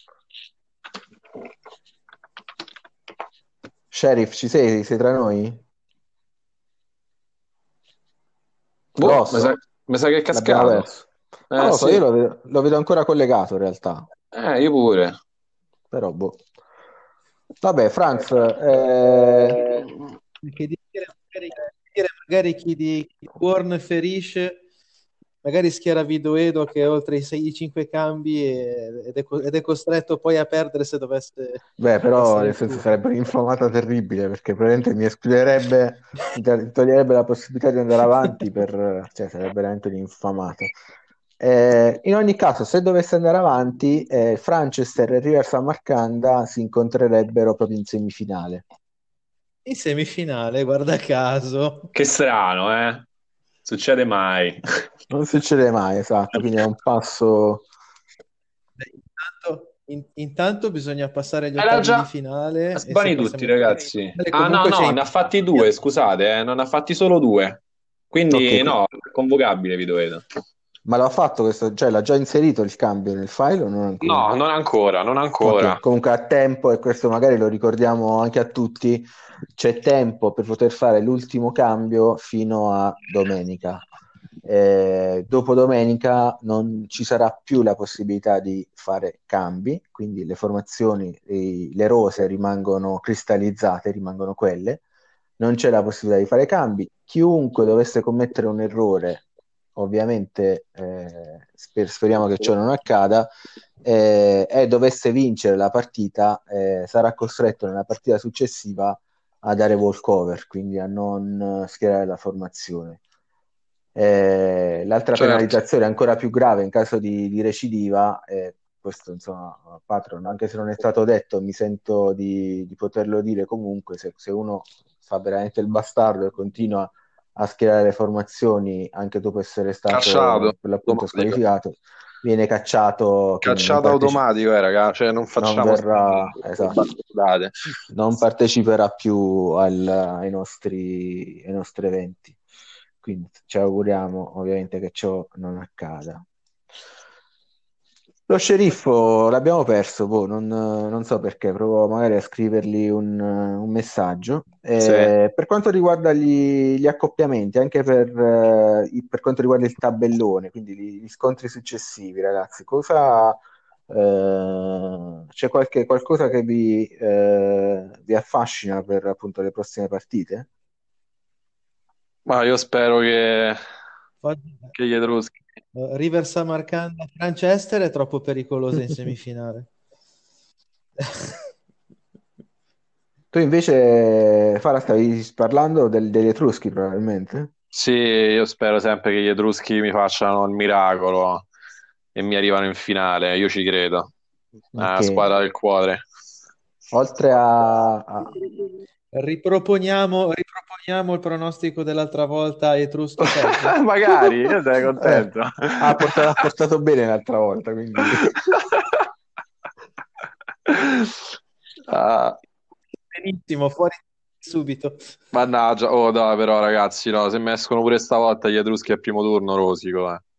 Sheriff, ci sei? Sei tra noi? Boh, Rosso? mi sa che è L'abbiamo cascato. perso. Non lo so, Sì, io lo vedo ancora collegato in realtà, io pure. però boh. Vabbè, Franz, Che magari chi di Warn ferisce, magari schiera Vidoedo che ha oltre i 6-5 cambi ed è costretto poi a perdere se dovesse beh, però passare nel il senso turno. sarebbe un'infamata terribile perché probabilmente mi escluderebbe, mi toglierebbe la possibilità di andare avanti cioè sarebbe veramente un'infamata. In ogni caso, se dovesse andare avanti, Franchester e River Sammarcanda si incontrerebbero proprio in semifinale. In semifinale, guarda caso. Che strano, eh? Succede mai. Non succede mai, esatto, quindi è un passo. Beh, intanto bisogna passare agli Era ottavi di già finale e se sbani tutti, passiamo agli ottavi di ragazzi. finale Ah, no, comunque c'è no, ne ha fatti due, scusate, non ne ha fatti solo due. Ok, Quindi, no, è convocabile, vi dovete. ma l'ha fatto questo, cioè l'ha già inserito il cambio nel file o non ancora? No, non ancora, non ancora. Ok, comunque a tempo, e questo magari lo ricordiamo anche a tutti, c'è tempo per poter fare l'ultimo cambio fino a domenica. Dopo domenica non ci sarà più la possibilità di fare cambi, quindi le formazioni, le rose rimangono cristallizzate, rimangono quelle, non c'è la possibilità di fare cambi. Chiunque dovesse commettere un errore, ovviamente speriamo che ciò non accada, e dovesse vincere la partita, sarà costretto nella partita successiva a dare walkover, quindi a non schierare la formazione. L'altra Certo. penalizzazione ancora più grave in caso di recidiva, questo insomma, Patron, anche se non è stato detto, mi sento di poterlo dire comunque, se uno fa veramente il bastardo e continua a schierare le formazioni anche dopo essere Cacciato, stato per l'appunto automatico. squalificato, viene cacciato, quindi Cacciato automatico, raga, cioè non non facciamo verrà, esatto, battute. non parteciperà più ai nostri eventi. Quindi ci auguriamo ovviamente che ciò non accada. Lo sceriffo l'abbiamo perso, boh, non so perché, provo magari a scrivergli un messaggio. Sì. Per quanto riguarda gli accoppiamenti, anche per quanto riguarda il tabellone, quindi gli scontri successivi, ragazzi, c'è qualcosa che vi affascina per appunto le prossime partite? Ma io spero che gli Etruschi. River Samarcanda Manchester è troppo pericolosa in semifinale. Tu invece, Fara, stavi parlando degli Etruschi probabilmente? Sì, io spero sempre che gli Etruschi mi facciano il miracolo e mi arrivano in finale, io ci credo. È Ok. la squadra del cuore. Oltre Riproponiamo il pronostico dell'altra volta Etruschi Foggia. Magari, io sarei Eh, contento. ha portato bene l'altra volta, quindi. Ah, Benissimo, fuori subito. mannaggia, oh dai, però ragazzi, no, se mi escono pure stavolta gli Etruschi al primo turno rosico, eh.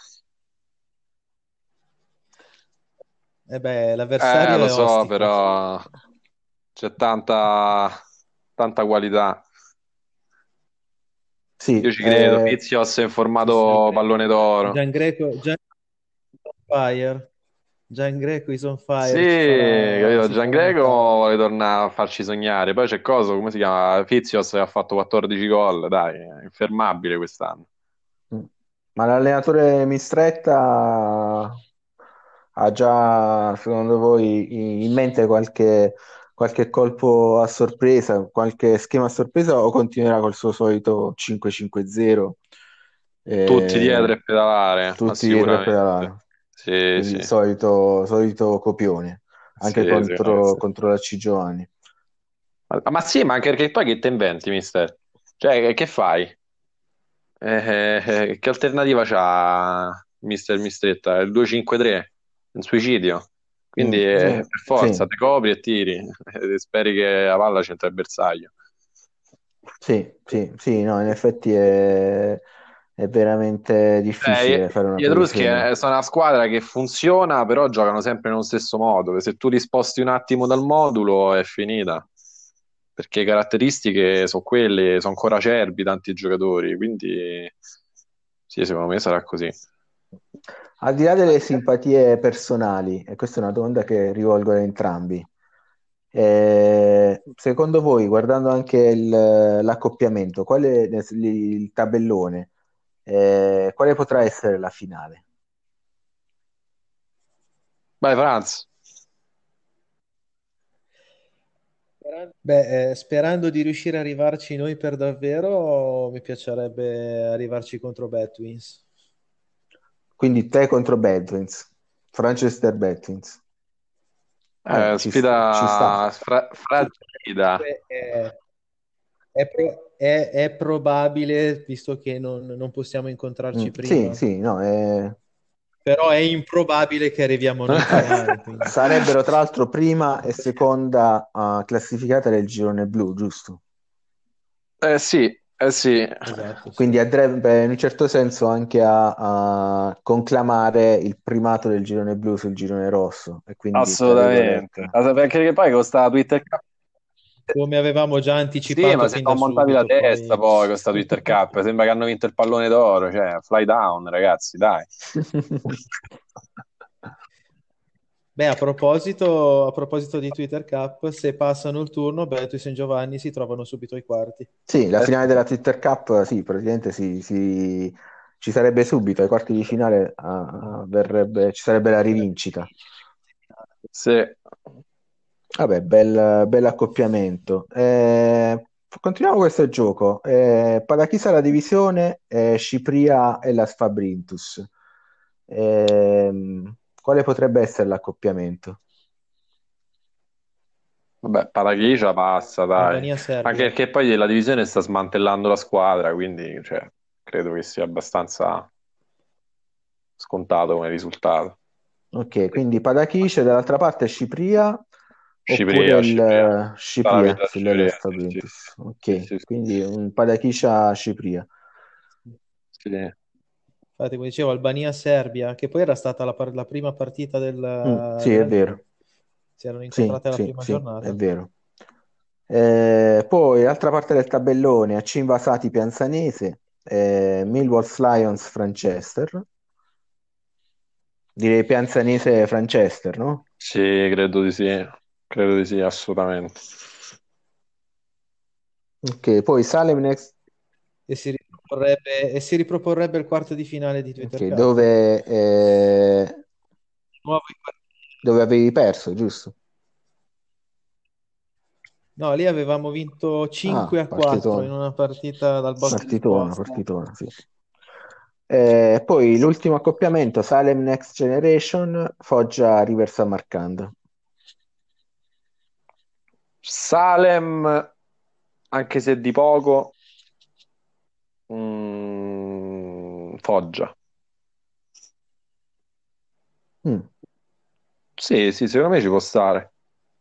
E beh, l'avversario Lo è so, ostico. però c'è tanta qualità. Sì, Io ci credo. Fizios in formato pallone d'oro. Gian Greco, on fire. Gian Greco is on Sì, fire, capito? si farà Giangreco notare. vuole tornare a farci sognare. Poi c'è coso, come si chiama? Fizios che ha fatto 14 gol. Dai, è infermabile quest'anno. mm. Ma l'allenatore Mistretta ha già, secondo voi, in mente qualche colpo a sorpresa, qualche schema a sorpresa o continuerà col suo solito 5-5-0? Tutti dietro Eh, e pedalare, ma tutti dietro a sicuramente. pedalare. Sì, Quindi sì, solito copione, anche sì, secondo me sì. contro la C. Giovanni. Ma sì, ma anche perché poi che te inventi, mister? Cioè, che fai? Che alternativa c'ha Mistretta? Il 2-5-3? Un suicidio. Quindi per forza, Sì, te copri e tiri. E speri che la palla c'entra il bersaglio. sì, no, in effetti è veramente difficile fare una Gli Etruschi previsione. sono una squadra che funziona, però giocano sempre nello stesso modo. Se tu li sposti un attimo dal modulo è finita, perché le caratteristiche sono quelle, sono ancora acerbi tanti giocatori, quindi sì, secondo me sarà così. Al di là delle simpatie personali, e questa è una domanda che rivolgo a entrambi, secondo voi, guardando anche l'accoppiamento, il tabellone, quale potrà essere la finale? Vai, Franz. Beh, sperando di riuscire a arrivarci noi per davvero, mi piacerebbe arrivarci contro Bad Twins. Quindi te contro Bad Twins, Manchester Bad Twins. Vabbè, ci sta. Sfida fragida. Comunque è probabile, visto che non possiamo incontrarci Sì, prima, sì, no, però è improbabile che arriviamo noi in finale. Quindi. sarebbero tra l'altro prima e seconda classificata del girone blu, giusto? Sì, sì. Esatto, sì. Quindi andrebbe in un certo senso anche a conclamare il primato del girone blu sul girone rosso e quindi, tra Assolutamente. virgolette, Perché poi costa Twitter Cup. Come avevamo già Sì, ma anticipato si fin da sono montati la subito, testa poi poi con sta Twitter Cup. Sembra che hanno vinto il pallone d'oro, cioè fly down, ragazzi, dai. beh, a proposito di Twitter Cup, se passano il turno, Beto e San Giovanni si trovano subito ai quarti. Sì, la finale della Twitter Cup, sì, praticamente ci sarebbe subito, ai quarti di finale ci sarebbe la rivincita. Sì. Vabbè, bel accoppiamento. Continuiamo questo gioco. Padachisa la divisione, Scipria e la Sfabrintus. Quale potrebbe essere l'accoppiamento? Vabbè, Parachicia passa, dai. Anche Albania-Serbia. perché poi la divisione sta smantellando la squadra, quindi cioè, credo che sia abbastanza scontato come risultato. Ok, quindi Padachise, dall'altra parte Scipria oppure Cipria. il Sta la Scipria vita Cipria, sull'Hellas sì, Fabrintus. sì, Ok, sì, sì, quindi un Padachiscia Scipria. sì, sì. Infatti, come dicevo, Albania-Serbia, che poi era stata la prima partita Sì, è della vero. Lega. Si erano Sì, incontrate alla sì, prima sì, è giornata. vero. Poi, l'altra parte del tabellone, AC Invasati Pianzanese, Millwall Lions Franchester. Direi Pianzanese Franchester, no? Sì, credo di sì, assolutamente. Ok, poi Salem Next, E si riproporrebbe il quarto di finale di Twitter ok, Cup. Nuovo in quarti- dove avevi perso, giusto? No, lì avevamo vinto Ah, 5-4 in partitona, una partita dal botta e partitona, risposta. partitona, sì. Poi l'ultimo accoppiamento, Salem Next Generation, Foggia River Samarcanda. Salem, anche se di poco, Foggia. Mm. Sì, sì, secondo me ci può stare.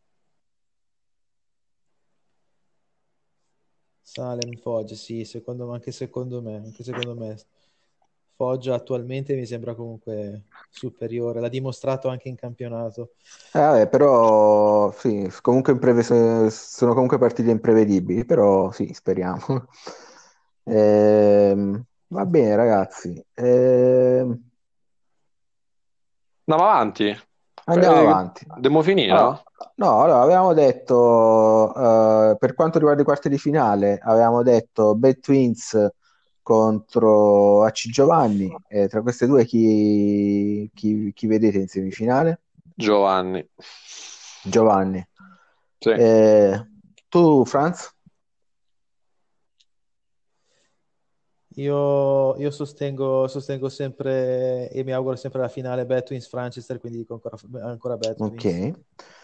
Salem, Foggia, sì, anche secondo me. Foggia attualmente mi sembra comunque superiore, l'ha dimostrato anche in campionato. Vabbè, però sì, comunque sono comunque partite imprevedibili, però sì, speriamo. Va bene, ragazzi. Andiamo avanti. Andiamo avanti. Dobbiamo finire, Allora, no? no, allora avevamo detto, per quanto riguarda i quarti di finale, avevamo detto Bad Twins contro AC Giovanni. Tra queste due chi vedete in semifinale? Giovanni. Giovanni. Sì. Tu, Franz? Io sostengo sempre e mi auguro sempre la finale Bad Twins Franchester, quindi dico ancora Bad Twins. Ok,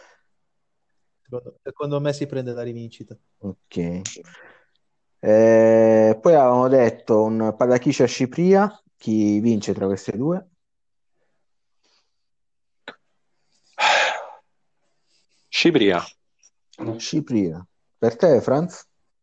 Secondo me si prende la rivincita. ok. Poi avevamo detto un Padakisha Cipria, chi vince tra queste due? Cipria. Cipria. Per te, Franz?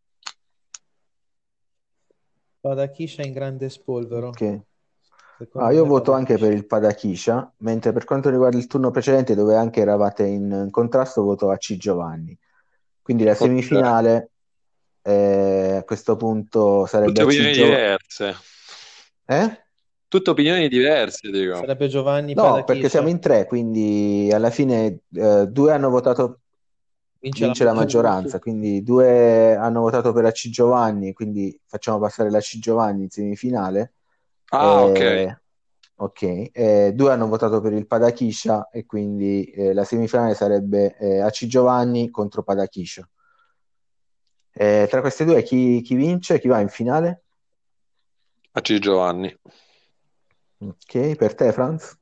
Padakisha in grande spolvero. Ok. Secondo Io me voto anche per Padakisha. il Padakisha, mentre per quanto riguarda il turno precedente, dove anche eravate in contrasto, voto a C. Giovanni. Quindi la Ok. semifinale a questo punto sarebbe Tutte a C. opinioni Giovanni. diverse. Eh? Tutte opinioni diverse, dico. Sarebbe Giovanni No, perché siamo Padakisha. in tre, quindi alla fine due hanno votato, Vince la vince la maggioranza, quindi due hanno votato per la C. Giovanni, quindi facciamo passare la C. Giovanni in semifinale. Ah, ok. Eh, ok, due hanno votato per il Padakisha e quindi la semifinale sarebbe AC Giovanni contro Padakisha. Tra queste due chi vince? Chi va in finale? A C. Giovanni. Ok, per te Franz?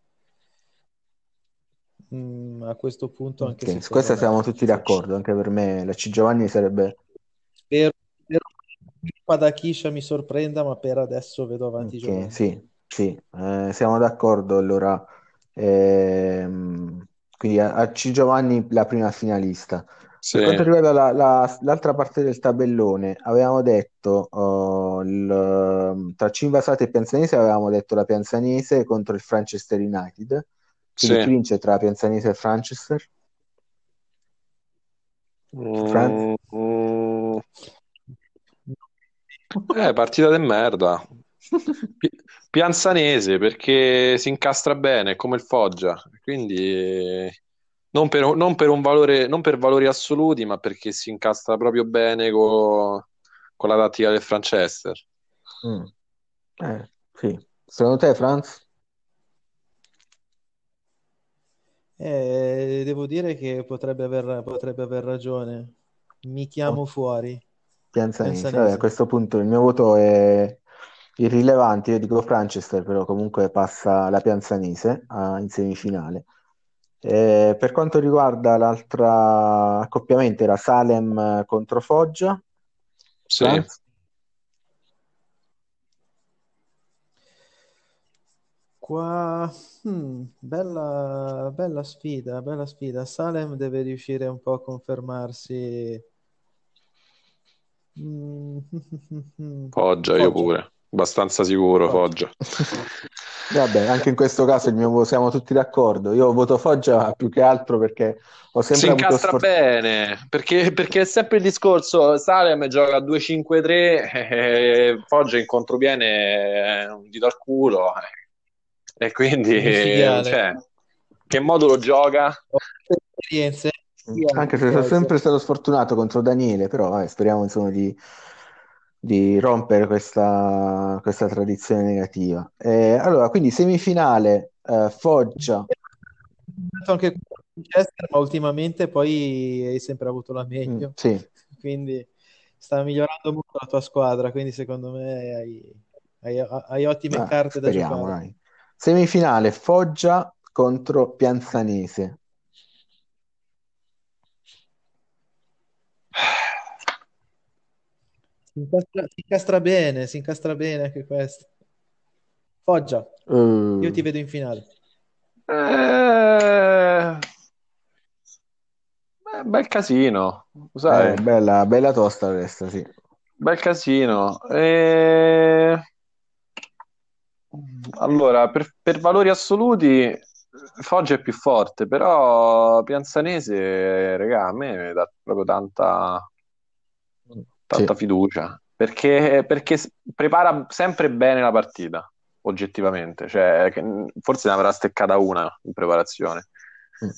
A questo punto anche Ok, su secondo questa me. siamo tutti d'accordo, anche per me la C. Giovanni sarebbe... Spero che Padakisha mi sorprenda, ma per adesso vedo avanti Ok, Giovanni. sì, sì, siamo d'accordo allora. Quindi AC Giovanni la prima finalista. Sì. Per quanto riguarda l'altra parte del tabellone, avevamo detto tra Cinvasate e Pianzanese avevamo detto la Pianzanese contro il Franchester United. Quindi Sì. chi vince tra Pianzanese e Franchester? Franz? Mm, mm. Partita de merda. Pi- Pianzanese perché si incastra bene, è come il Foggia. Quindi non per un valore, non per valori assoluti, ma perché si incastra proprio bene con la tattica del Franchester. Mm. Sì. Secondo te, Franz? Devo dire che potrebbe aver ragione. Mi chiamo fuori. Pianzanese. Vabbè, a Pianzanese. questo punto il mio voto è irrilevante, io dico Franchester, però comunque passa la Pianzanese in semifinale. Per quanto riguarda l'altra accoppiamento era Salem contro Foggia. Sì. Franz? Qua, bella sfida, bella sfida. Salem deve riuscire un po' a confermarsi. Mm, Foggia, io Foggia. pure. Abbastanza sicuro, Foggia. Foggia. Vabbè, anche in questo caso siamo tutti d'accordo. Io voto Foggia più che altro perché ho Si sempre avuto incastra sfortuna. bene perché è sempre il discorso. Salem gioca a 2-5-3, Foggia in contropiede è un dito al culo, e quindi Un micidiale. cioè, che modulo gioca? Ho esperienze. Anche se sono Foggia. sempre stato sfortunato contro Daniele, però speriamo insomma di rompere questa tradizione negativa. Allora, quindi semifinale Foggia. Anche Manchester, ma ultimamente poi hai sempre avuto la meglio. Sì, Quindi sta migliorando molto la tua squadra, quindi secondo me hai ottime carte da speriamo, giocare. dai. Semifinale Foggia contro Pianzanese. Si incastra bene anche questo. Foggia, io ti Eh, vedo in finale. Eh, bel casino, sai, bella, bella tosta questa, sì. bel casino. Allora, per valori assoluti, Foggia è più forte, però Pianzanese, regà, a me mi dà proprio tanta, Sì. tanta fiducia. perché prepara sempre bene la partita, oggettivamente. Cioè, forse ne avrà steccata una in preparazione. Mm.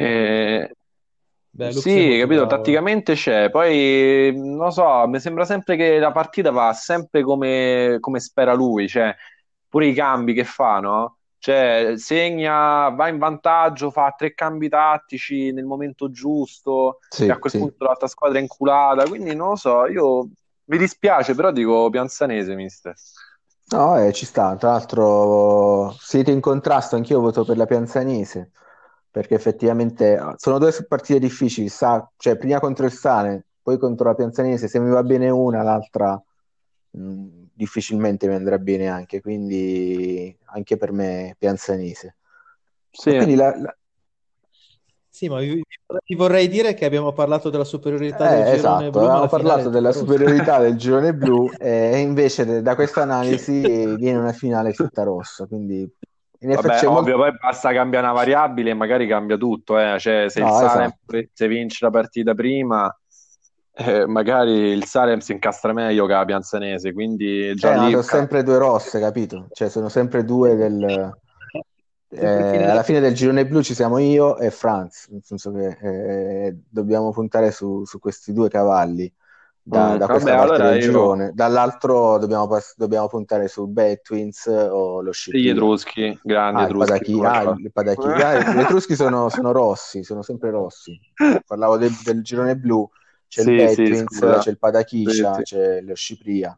Beh, Lux è Sì, molto capito, bravo. tatticamente c'è, poi non lo so, mi sembra sempre che la partita va sempre come spera lui, cioè pure i cambi che fa, no? Cioè segna, va in vantaggio, fa tre cambi tattici nel momento giusto e a Sì, quel sì. punto l'altra squadra è inculata, quindi non lo so, io mi dispiace, però dico Pianzanese, mister. No, ci sta. Tra l'altro siete in contrasto, anch'io voto per la Pianzanese, perché effettivamente sono due partite difficili, cioè prima contro il Sane, poi contro la Pianzanese, se mi va bene una, l'altra difficilmente mi andrà bene anche, quindi anche per me Pianzanese. E Sì, quindi Sì, ma vi vorrei dire che abbiamo parlato della superiorità del girone esatto, blu, ma avevamo alla finale parlato è della tutta rossa. superiorità del girone blu e invece da questa analisi viene una finale tutta rossa, quindi in effetti vabbè, c'è molto. ovvio, poi basta cambiare una variabile e magari cambia tutto, eh. Cioè, se il No, Salem esatto. se vince la partita prima, magari il Salem si incastra meglio che la Pianzanese, quindi già Ma lì sono sempre due rosse, capito? Cioè sono sempre due del. Sempre finale. Alla fine del girone blu ci siamo io e Franz, nel senso che dobbiamo puntare su questi due cavalli da vabbè, questa parte allora del io girone, dall'altro dobbiamo puntare su Bad Twins o lo gli Scipria. Etruschi, grandi Ah, il Etruschi, Padachi, come ah, fa? il Padachi. Gli Etruschi sono rossi, sono sempre rossi. Parlavo del girone blu, c'è il Sì, Bad sì, Twins, scusa. c'è il Sì, Padachicia, sì. c'è lo Scipria.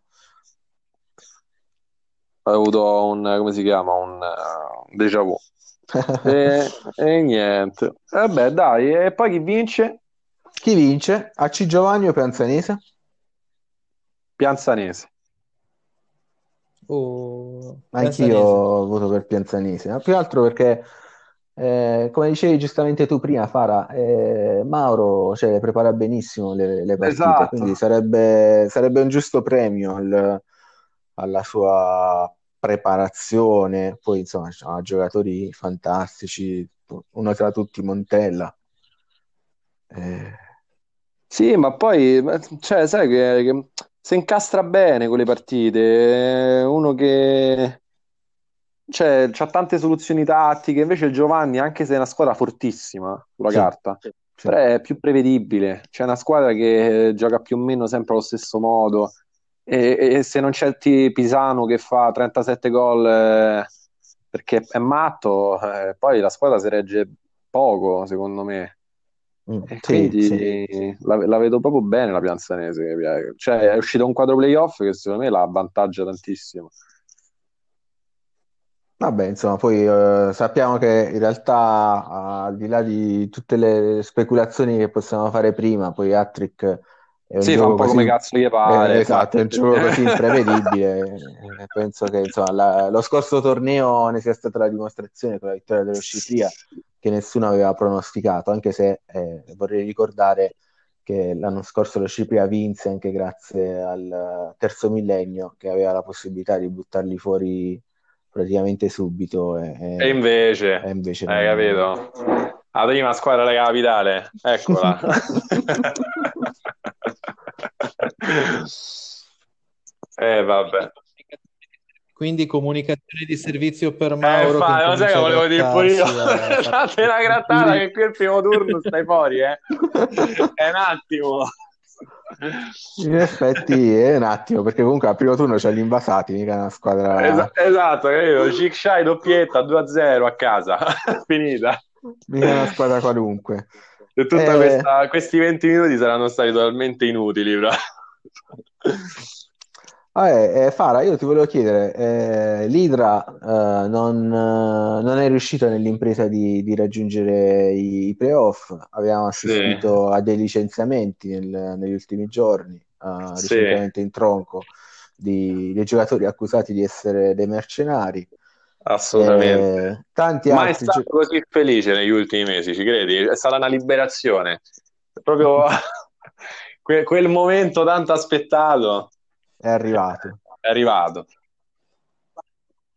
Ho avuto come si chiama? Un déjà vu. E niente. Vabbè, dai, e poi chi vince? Chi vince? AC Giovanni o Pianzanese? Pianzanese. Oh, Anch'io Pianzanese. voto per Pianzanese, ma più che altro perché, come dicevi giustamente tu prima, Fara, Mauro, cioè, prepara benissimo le partite, Esatto. quindi sarebbe un giusto premio alla sua preparazione. Poi, insomma, ha giocatori fantastici, uno tra tutti Montella. Eh, Sì, ma poi, cioè, sai che si incastra bene con le partite. Uno che cioè, c'ha tante soluzioni tattiche. Invece il Giovanni, anche se è una squadra fortissima sulla sì, carta, sì. però è più prevedibile. C'è una squadra che gioca più o meno sempre allo stesso modo. E se non c'è Pisano che fa 37 gol perché è matto, poi la squadra si regge poco, secondo me. E Sì, sì. quindi la vedo proprio bene la Pianzanese. Cioè, è uscito un quadro playoff che secondo me la avvantaggia tantissimo. Vabbè, insomma, poi sappiamo che in realtà al di là di tutte le speculazioni che possiamo fare prima, poi Hattrick è un Sì, fa un gioco po' così, come cazzo gli pare, esatto, è un infatti. gioco così imprevedibile. Penso che insomma, lo scorso torneo ne sia stata la dimostrazione con la vittoria dello Scipria che nessuno aveva pronosticato, anche se vorrei ricordare che l'anno scorso lo Scipria vinse anche grazie al terzo millennio che aveva la possibilità di buttarli fuori praticamente subito E e invece, invece hai non. capito? La prima squadra della capitale, eccola. Vabbè. Quindi comunicazione di servizio per Mauro che Lo sai che incomincia a volevo dire pure io. grattarsi, a fare Fate una grattata gesturi. che qui il primo turno stai fuori, eh. È un attimo. In effetti è un attimo, perché comunque al primo turno c'è gli invasati, mica una squadra, Esatto, capito? Chic Shai doppietta 2-0 a casa, finita. mica una squadra qualunque. E Eh, questi 20 minuti saranno stati totalmente inutili, però. Fara, io ti volevo chiedere, l'Idra non è riuscita nell'impresa di raggiungere i playoff, abbiamo Sì, assistito a dei licenziamenti negli ultimi giorni, sì, recentemente in tronco, dei giocatori accusati di essere dei mercenari, assolutamente. tanti Mai altri. stato così felice negli ultimi mesi, ci credi? È stata una liberazione. Proprio quel momento tanto aspettato È arrivato. è arrivato.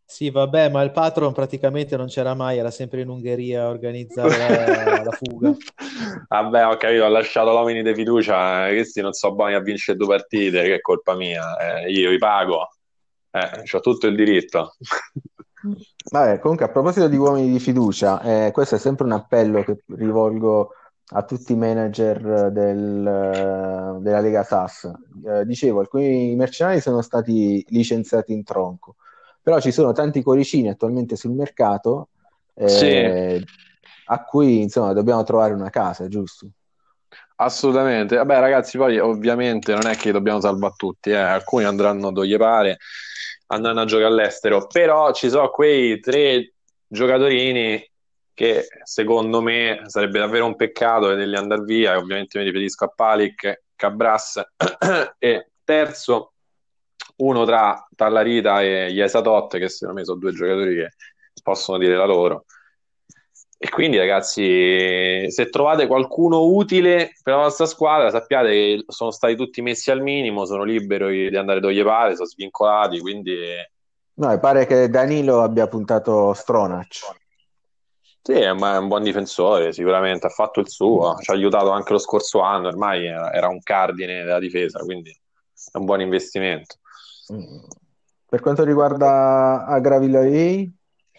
Sì, vabbè, ma il patron praticamente non c'era mai, era sempre in Ungheria a organizzare la fuga. Vabbè, ho capito, ho lasciato l'uomini di fiducia, questi non so buoni a vincere due partite, che è colpa mia, io vi pago, ho tutto il diritto. Vabbè, comunque a proposito di uomini di fiducia, questo è sempre un appello che rivolgo a tutti i manager della Lega SAS. Dicevo, alcuni mercenari sono stati licenziati in tronco, però ci sono tanti cuoricini attualmente sul mercato Sì, a cui insomma dobbiamo trovare una casa, giusto? assolutamente. Vabbè, ragazzi, poi ovviamente non è che dobbiamo salvare tutti, alcuni andranno dove gli pare, andranno a giocare all'estero, però ci sono quei tre giocatorini che secondo me sarebbe davvero un peccato vederli andare via, e ovviamente mi riferisco a Palic, Cabras e terzo, uno tra Tallarita e Jesatot, che secondo me sono due giocatori che possono dire la loro. E quindi, ragazzi, se trovate qualcuno utile per la vostra squadra, sappiate che sono stati tutti messi al minimo, sono liberi di andare dove gli pare, sono svincolati, quindi No, e pare che Danilo abbia puntato Stronach. sì, è un buon difensore, sicuramente ha fatto il suo, ci ha aiutato anche lo scorso anno, ormai era un cardine della difesa, quindi è un buon investimento. Mm. Per quanto riguarda Agraviloi,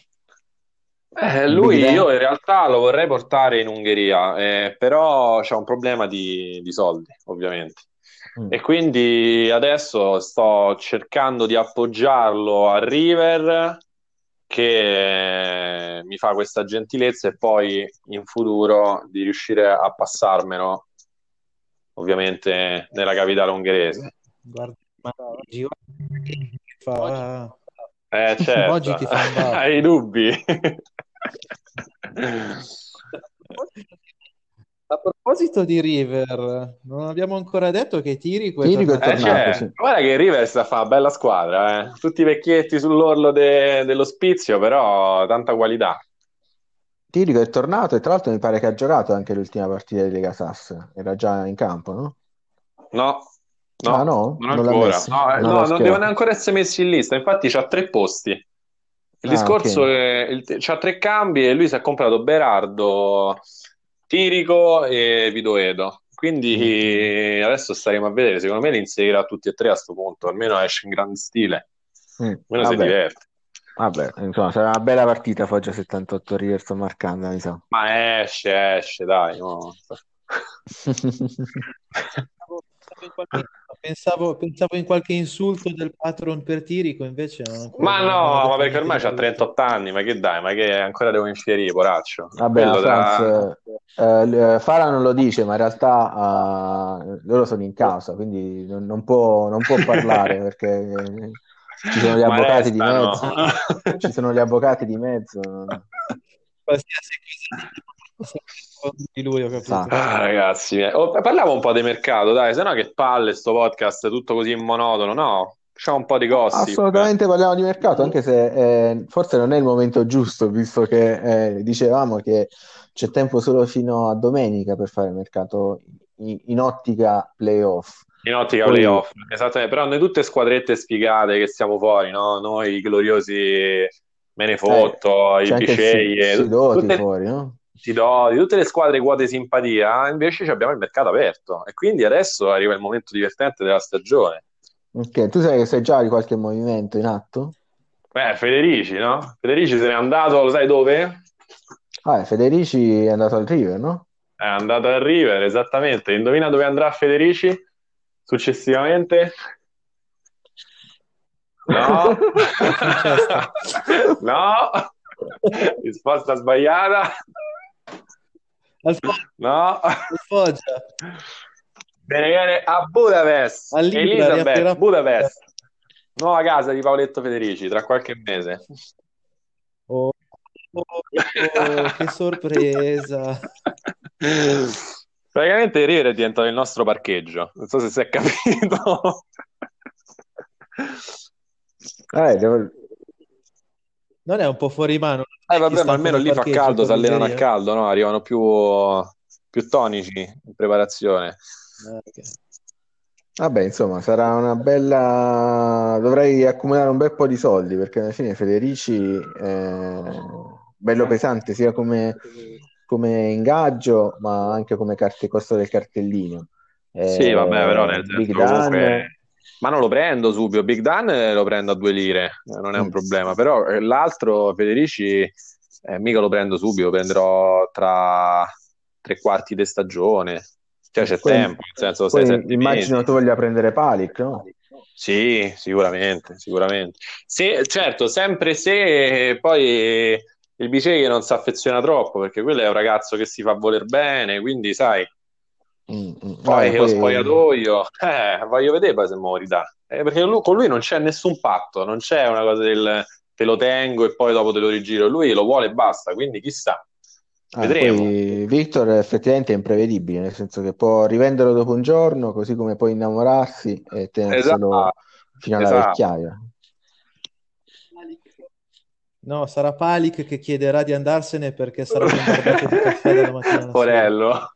Big Lui Dan? io in realtà lo vorrei portare in Ungheria, però c'è un problema di soldi, ovviamente. Mm. E quindi adesso sto cercando di appoggiarlo a River, che mi fa questa gentilezza, e poi in futuro di riuscire a passarmelo, ovviamente, nella capitale ungherese. Guarda, ma oggi fa... Certo, Oggi ti fa un hai baffo. dubbi? A proposito di River, non abbiamo ancora detto che Tirico è Tirico è tornato a tornato, Cioè, sì. Milan. guarda che River sta a fare una bella squadra, eh. Tutti vecchietti sull'orlo dell'ospizio, però tanta qualità. Tirico è tornato e tra l'altro mi pare che ha giocato anche l'ultima partita di Lega Sass. Era già in campo, no? No, Ah no, no? non Non l'ha ancora. messo? No, Non l'ha no, non devono schierato? ancora essere messi in lista. Infatti c'ha 3 posti. Il Ah, ok. discorso è, c'ha 3 cambi e lui si è comprato Berardo, Tirico e Vidoedo. Mm. Quindi adesso staremo a vedere. Secondo me li inserirà tutti e tre a sto punto. Almeno esce in grande stile. Almeno si Vabbè, diverte. vabbè, insomma, sarà una bella partita Foggia 78 River sto marcando, mi sa. Ma esce, dai. No. Pensavo in qualche insulto del patron per Tirico, invece Ma non ha no, ma detto perché niente ormai di c'ha brutto. 38 anni, ma che dai, ma che ancora devo infierire, poraccio. Vabbè, ma Quello Franz, tra... Fara non lo dice, ma in realtà loro sono in causa, quindi non può parlare perché ci sono gli Ma avvocati di restano. mezzo. Ci sono gli avvocati di mezzo. Qualsiasi cosa di lui, ho capito. Esatto. Ah, ragazzi, parliamo un po' di mercato, dai, sennò che palle sto podcast, tutto così monotono, no? Facciamo un po' di gossip. Assolutamente parliamo di mercato, anche se forse non è il momento giusto, visto che dicevamo che c'è tempo solo fino a domenica per fare mercato in ottica playoff. In ottica Poi playoff, esattamente, però noi tutte squadrette sfigate che stiamo fuori, no? Noi i gloriosi Menefotto, i c'è anche il Biceglie, Sidoti tutte, fuori, no? di tutte le squadre quote simpatia, invece ci abbiamo il mercato aperto e quindi adesso arriva il momento divertente della stagione. Ok, tu sai che sai già di qualche movimento in atto? Beh, Federici, no? Federici se n'è andato, lo sai dove? Ah, Federici è andato al River, no? È andato a River, esattamente. Indovina dove andrà Federici successivamente? No, Francesca. no, risposta sbagliata. Al Fo- No, al Foggia, viene a Budapest. all'Ibra, Elisabeth, riaprirà. Budapest. Nuova casa di Paoletto Federici tra qualche mese. Oh, che sorpresa. Praticamente il River è diventato il nostro parcheggio. Non so se si è capito. Devo- Non è un po' fuori mano? Chi Vabbè, ma sta almeno come lì fa parcheggio caldo, si per allenano a l'Ungheria? caldo, no? Arrivano più tonici in preparazione. Ok. Vabbè, insomma, sarà una bella dovrai accumulare un bel po' di soldi perché alla fine Federici è bello pesante sia come ingaggio ma anche come costo del cartellino. Sì, vabbè, però nel Big senso Dan. comunque... Ma non lo prendo subito, Big Dan lo prendo a 2 lire, non è un mm, problema, però l'altro, Federici, mica lo prendo subito, lo prenderò tra 3 quarti di stagione, cioè c'è Poi, tempo, nel senso poi 6-7 mesi. immagino tu voglia prendere Palic, no? Sì, sicuramente, sicuramente. Se, certo, sempre se poi il Biceglie non si affeziona troppo, perché quello è un ragazzo che si fa voler bene, quindi sai, poi Vabbè, che lo poi spogliatoio, voglio vedere poi se muori da. Perché con lui non c'è nessun patto, non c'è una cosa del te lo tengo e poi dopo te lo rigiro, lui lo vuole e basta, quindi chissà, vedremo. poi Victor effettivamente è imprevedibile, nel senso che può rivenderlo dopo un giorno, così come può innamorarsi e tenerselo Esatto, fino alla esatto. vecchiaia. No, sarà Palic che chiederà di andarsene perché sarà bombardato di caffè dalla mattina alla sera. Porello.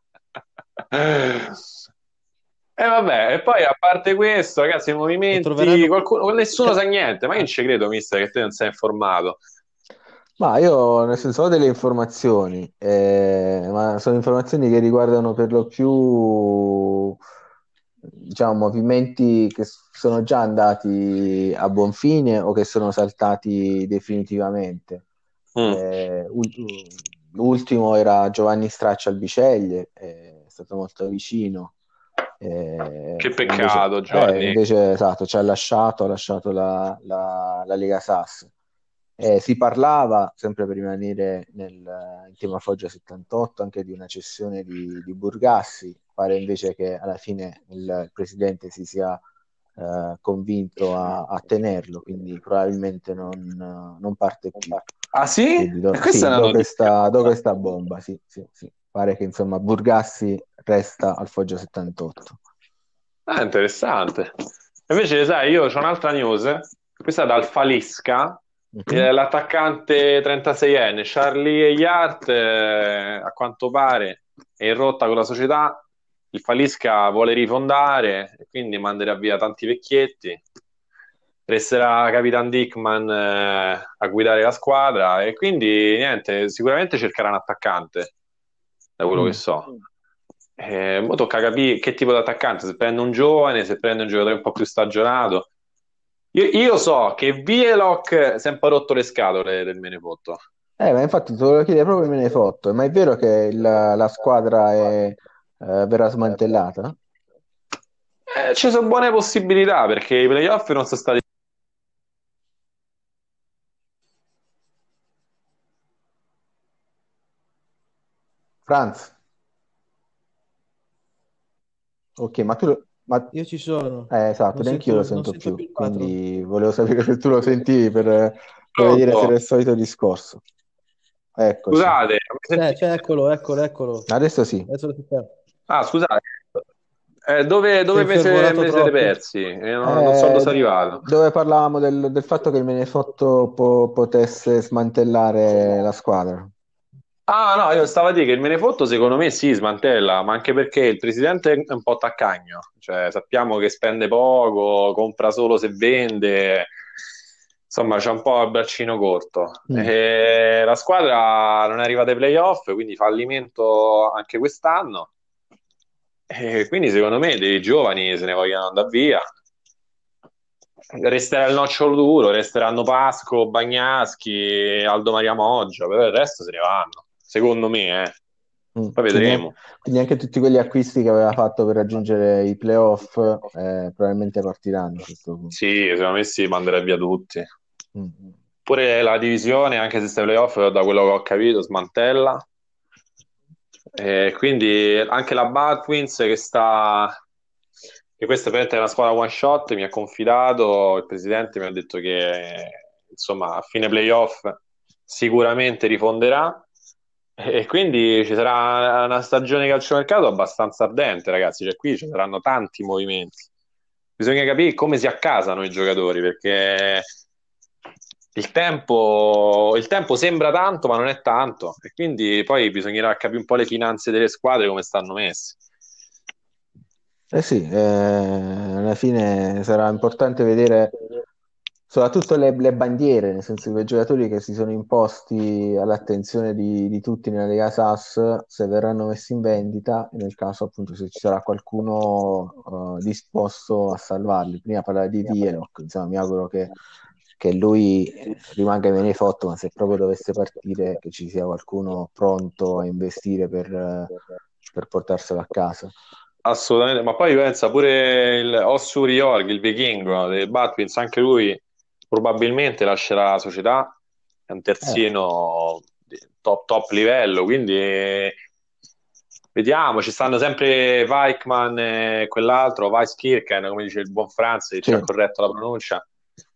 E vabbè, e poi a parte questo, ragazzi, i Lo movimenti, troveranno. nessuno sa niente, ma io non ci credo, mister, che te non sei informato. Ma io nel senso ho delle informazioni, ma sono informazioni che riguardano per lo più, diciamo, movimenti che sono già andati a buon fine o che sono saltati definitivamente. Mm. L'ultimo era Giovanni Straccia al Biceglie, è stato molto vicino. Che Invece, peccato, Giovanni. esatto, ha lasciato la Lega Sass. Si parlava, sempre per rimanere in tema Foggia 78, anche di una cessione di Burgassi. Pare invece che alla fine il presidente si sia convinto a tenerlo, quindi probabilmente non parte più. Ah sì? Quindi E questa è una notizia. do questa bomba, sì, sì, sì. Pare che insomma Burgassi resta al Foggia 78. Ah, interessante. Invece, sai, io ho un'altra news, questa è dal Falisca, Mhm. l'attaccante 36enne, Charlie Eyart, a quanto pare è in rotta con la società, il Falisca vuole rifondare, e quindi manderà via tanti vecchietti, resterà Capitan Dickman, a guidare la squadra, e quindi niente, sicuramente cercherà un attaccante, da quello che Mm. so. Mo tocca capire che tipo di attaccante, se prende un giovane, se prende un giocatore un po' più stagionato. Io so che Vieloc si è un po' rotto le scatole del Menefotto. Ma infatti te lo chiedo proprio me ne hai fatto, ma è vero che la squadra verrà smantellata? Ci sono buone possibilità perché i playoff non sono stati. Franz, ok, Io ci sono, esatto, neanche io lo non sento sento più, più il 4. quindi volevo sapere se tu lo sentivi per vedere se era Pronto? il solito discorso. Eccoci, Scusate, mi sentite? Eccolo. adesso sì. Adesso lo sentiamo. Ah, scusate. Dove Sei infervorato mi siete troppo. persi? Non so dove sono arrivato. Dove parlavamo del fatto che il Menefotto potesse smantellare la squadra. Ah, no, io stavo a dire che il Menefotto secondo me sì, smantella, ma anche perché il presidente è un po' taccagno, cioè sappiamo che spende poco, compra solo se vende, insomma c'è un po' il braccino corto. Mm. E la squadra non è arrivata ai playoff, quindi fallimento anche quest'anno. E quindi secondo me dei giovani se ne vogliono andare via. Resterà il nocciolo duro, resteranno Pasco, Bagnaschi, Aldo Maria Moggia, però il resto se ne vanno, secondo me, eh. Poi vedremo. Quindi anche tutti quegli acquisti che aveva fatto per raggiungere i playoff probabilmente partiranno a questo punto. Sì, secondo me si manderà via tutti. Mm. Pure la divisione, anche se sta ai playoff, da quello che ho capito, smantella. Quindi anche la Batwins che questa praticamente è una squadra one shot, mi ha confidato, il presidente mi ha detto che insomma a fine playoff sicuramente rifonderà e quindi ci sarà una stagione di calciomercato abbastanza ardente, ragazzi, cioè qui ci saranno tanti movimenti. Bisogna capire come si accasano i giocatori perché il tempo sembra tanto, ma non è tanto, e quindi poi bisognerà capire un po' le finanze delle squadre come stanno messe. Eh sì, alla fine sarà importante vedere soprattutto le bandiere, nel senso che i giocatori che si sono imposti all'attenzione di tutti nella Lega SAS, se verranno messi in vendita, e nel caso appunto se ci sarà qualcuno disposto a salvarli. Prima parlare di Tielok, insomma, mi auguro che lui rimanga in Menefotto, ma se proprio dovesse partire, che ci sia qualcuno pronto a investire per portarselo a casa. Assolutamente, ma poi pensa pure il Ossuri Jorg, il vichingo dei Batwins, anche lui probabilmente lascerà la società, è un terzino di top livello, quindi vediamo, ci stanno sempre Weichmann e quell'altro, Weiskirchen, come dice il buon Franz, che ci ha Sì. corretto la pronuncia,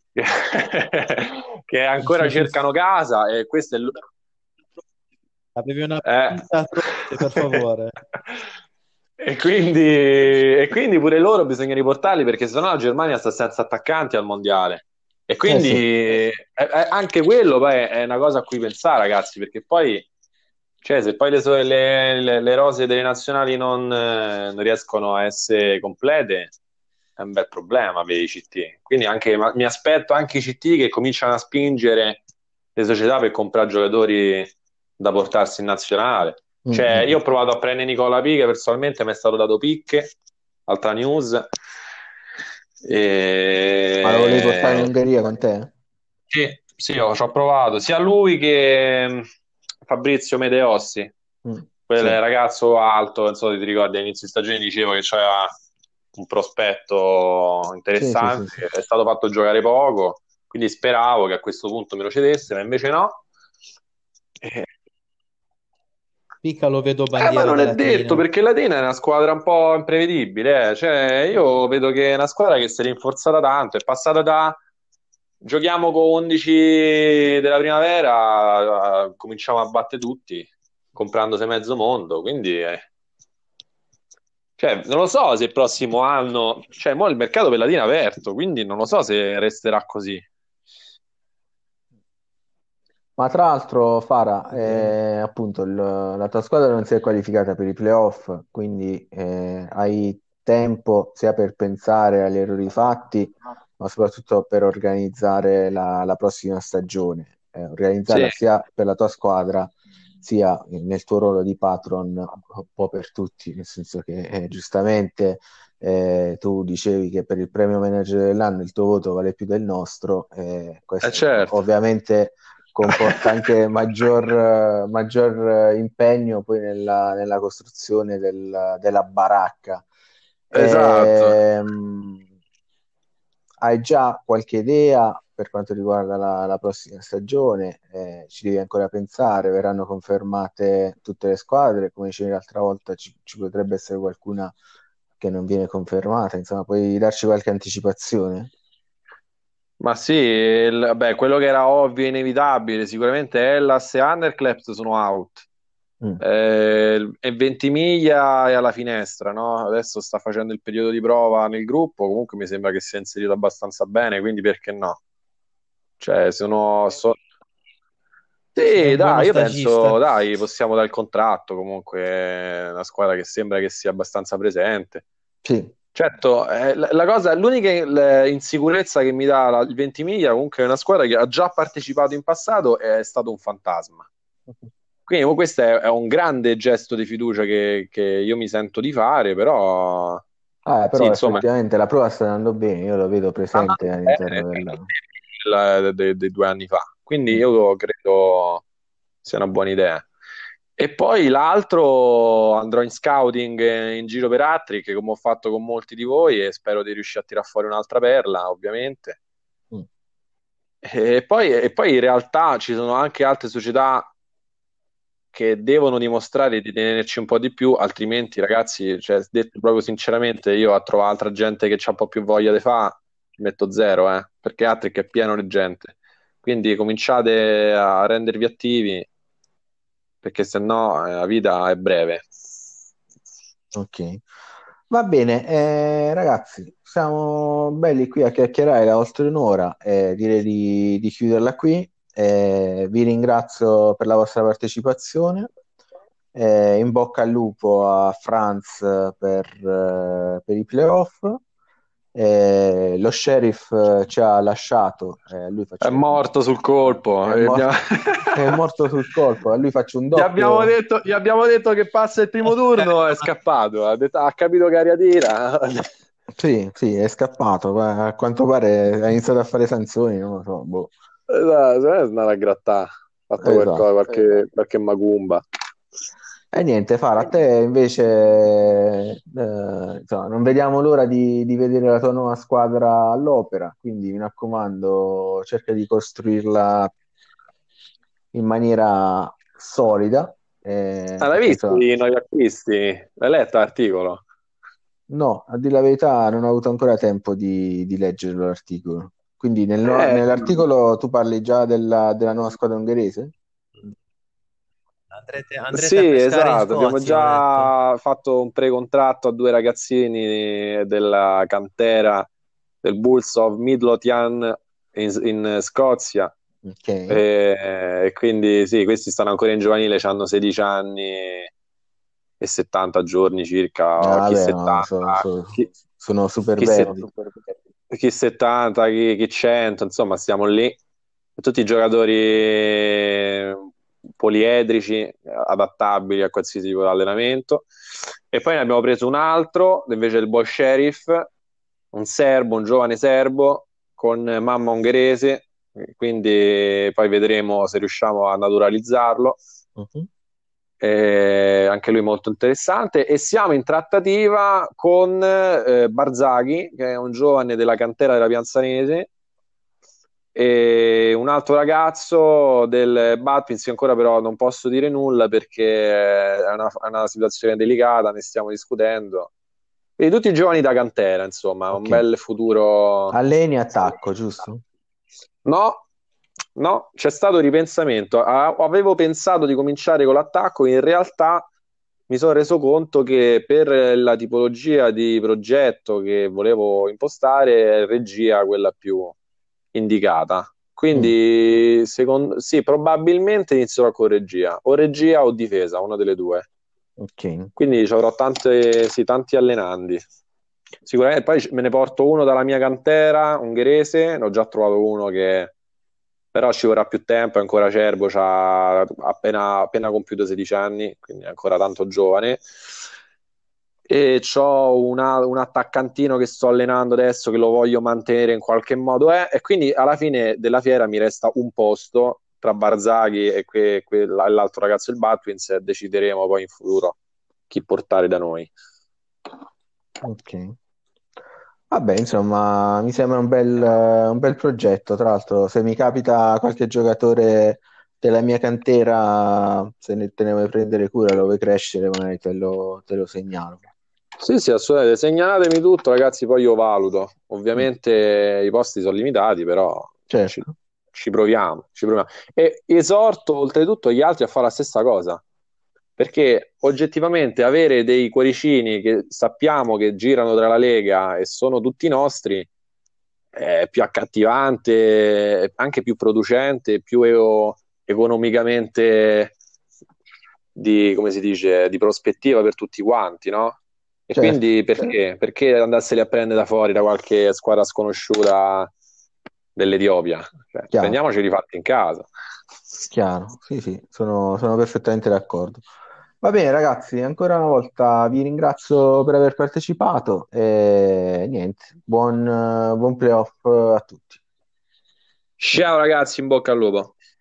che ancora cercano casa e questo è Avevi una eh. pizza per favore. E quindi pure loro bisogna riportarli perché sennò la Germania sta senza attaccanti al mondiale. E quindi Sì. anche quello poi è una cosa a cui pensare, ragazzi, perché poi, cioè, se poi le rose delle nazionali non riescono a essere complete, è un bel problema per i CT. Quindi mi aspetto anche i CT che cominciano a spingere le società per comprare giocatori da portarsi in nazionale. Cioè, io ho provato a prendere Nicola Pique, personalmente mi è stato dato picche, altra news. Ma lo volevi portare in E... Ungheria con te? Sì, sì, ci ho provato, sia lui che Fabrizio Medeossi, quel Sì. ragazzo alto, non so se ti ricordi, all'inizio di stagione dicevo che c'era un prospetto Sì, sì, sì, interessante, sì. è stato fatto giocare poco, quindi speravo che a questo punto me lo cedesse, ma invece no. Eh, Pica lo vedo ma bandiera non è detto dell'Atina. perché l'Atena è una squadra un po' imprevedibile. Cioè, io vedo che è una squadra che si è rinforzata tanto, è passata da giochiamo con 11 della primavera, cominciamo a battere tutti, comprandosi mezzo mondo. Quindi, cioè, non lo so se il prossimo anno, cioè, mo il mercato per l'Atena è aperto, quindi non lo so se resterà così. Ma tra l'altro, Fara, appunto, la tua squadra non si è qualificata per i playoff, quindi hai tempo sia per pensare agli errori fatti, ma soprattutto per organizzare la prossima stagione, Sì, organizzarla sia per la tua squadra, sia nel tuo ruolo di patron, un po' per tutti, nel senso che giustamente tu dicevi che per il premio manager dell'anno il tuo voto vale più del nostro, questo certo. ovviamente comporta anche maggior impegno poi nella costruzione della baracca. Esatto. Ehm, Hai già qualche idea per quanto riguarda la prossima stagione? Ci devi ancora pensare, verranno confermate tutte le squadre, come dicevi l'altra volta, ci potrebbe essere qualcuna che non viene confermata, insomma, puoi darci qualche anticipazione? Ma sì, vabbè, quello che era ovvio e inevitabile, sicuramente Hellas e Anderlecht sono out. Mm. E Ventimiglia è alla finestra, no? Adesso sta facendo il periodo di prova nel gruppo, comunque mi sembra che sia inserito abbastanza bene, quindi perché no? Cioè, È Sì, un buono dai, io stagista. penso, dai, possiamo dare il contratto, comunque è una squadra che sembra che sia abbastanza presente. Sì. Certo, l'unica insicurezza che mi dà il Ventimiglia comunque è una squadra che ha già partecipato in passato e è stato un fantasma. Quindi questo è un grande gesto di fiducia che io mi sento di fare, però sì, Però insomma, effettivamente la prova sta andando bene, io lo vedo sta presente andando all'interno bene del... dei 2 anni fa. Quindi Mm. io credo sia una buona idea. E poi l'altro andrò in scouting in giro per Attrick, come ho fatto con molti di voi, e spero di riuscire a tirar fuori un'altra perla, ovviamente. Mm. E poi in realtà ci sono anche altre società che devono dimostrare di tenerci un po' di più, altrimenti, ragazzi, cioè, detto proprio sinceramente, io a trovare altra gente che ha un po' più voglia di fa, ci metto zero, perché Attrick è pieno di gente. Quindi cominciate a rendervi attivi, perché sennò la vita è breve. Ok, va bene, ragazzi, siamo belli qui a chiacchierare da oltre un'ora, direi di chiuderla qui. Vi ringrazio per la vostra partecipazione. In bocca al lupo a Franz per i playoff Lo sheriff ci ha lasciato, lui È faccio morto sul colpo. è, mor- è morto sul colpo, a lui faccio un doppio. Gli abbiamo detto che passa il primo turno, è scappato. Ha capito che aria tira. Sì, sì, è scappato, ma a quanto pare ha iniziato a fare sanzioni, non lo so, boh. Esatto, è andato a grattare. Ha fatto qualcosa, Esatto. qualche macumba. E niente, Fara, a te invece, insomma, non vediamo l'ora di vedere la tua nuova squadra all'opera, quindi mi raccomando, cerca di costruirla in maniera solida, L'hai perché visto insomma, i nuovi acquisti? L'hai letto l'articolo? no, a dire la verità non ho avuto ancora tempo di leggere l'articolo. Quindi Eh, nell'articolo tu parli già della nuova squadra ungherese? Andrete a sì, pescare in esatto. Abbiamo Scozia, ho letto. già fatto un pre-contratto a due ragazzini della cantera del Bulls of Midlothian in Scozia. Ok. E quindi sì, questi stanno ancora in giovanile, hanno 16 anni e 70 giorni circa, Ah, chi vabbè, ma 70, sono super chi, se- verdi. chi 70, chi 100, insomma stiamo lì. Tutti giocatori poliedrici, adattabili a qualsiasi tipo di allenamento. E poi ne abbiamo preso un altro, invece del Boy Sheriff, un serbo, un giovane serbo, con mamma ungherese, quindi poi vedremo se riusciamo a naturalizzarlo. Mhm. Anche lui molto interessante. E siamo in trattativa con Barzaghi, che è un giovane della cantera della Pianzanese, e un altro ragazzo del Batpins, che ancora però non posso dire nulla perché è una situazione delicata, ne stiamo discutendo. Quindi tutti giovani da cantera, insomma, un Ok. bel futuro. Alleni attacco, giusto? No, no, c'è stato ripensamento. Avevo pensato di cominciare con l'attacco, in realtà mi sono reso conto che per la tipologia di progetto che volevo impostare, è regia quella più indicata. Mm, Quindi, sì, probabilmente inizierò con regia o difesa, una delle due. ok. Quindi ci avrò sì, tanti allenandi. Sicuramente poi me ne porto uno dalla mia cantera ungherese, ne ho già trovato uno che però ci vorrà più tempo, è ancora acerbo, ha appena compiuto 16 anni, quindi è ancora tanto giovane. E c'ho un attaccantino che sto allenando adesso, che lo voglio mantenere in qualche modo. E quindi alla fine della fiera mi resta un posto tra Barzaghi e l'altro ragazzo del Batwins, e decideremo poi in futuro chi portare da noi. Ok. Vabbè, insomma, mi sembra un bel progetto. Tra l'altro, se mi capita qualche giocatore della mia cantera, se te ne vuoi prendere cura, lo vuoi crescere, magari te lo segnalo. Sì, sì, assolutamente. Segnatemi tutto, ragazzi, poi io valuto. Mm, Ovviamente i posti sono limitati, però ci, certo. ci proviamo, ci proviamo. E esorto oltretutto gli altri a fare la stessa cosa, perché oggettivamente avere dei cuoricini che sappiamo che girano tra la Lega e sono tutti nostri è più accattivante, è anche più producente, più economicamente come si dice, di prospettiva per tutti quanti, no? E Certo, quindi perché? Perché andarseli a prendere da fuori da qualche squadra sconosciuta dell'Etiopia? Cioè, chiaro, prendiamoceli fatti in casa. chiaro. Sì, sì, sono perfettamente d'accordo. Va bene, ragazzi, ancora una volta vi ringrazio per aver partecipato e niente, buon playoff a tutti. Ciao ragazzi, in bocca al lupo.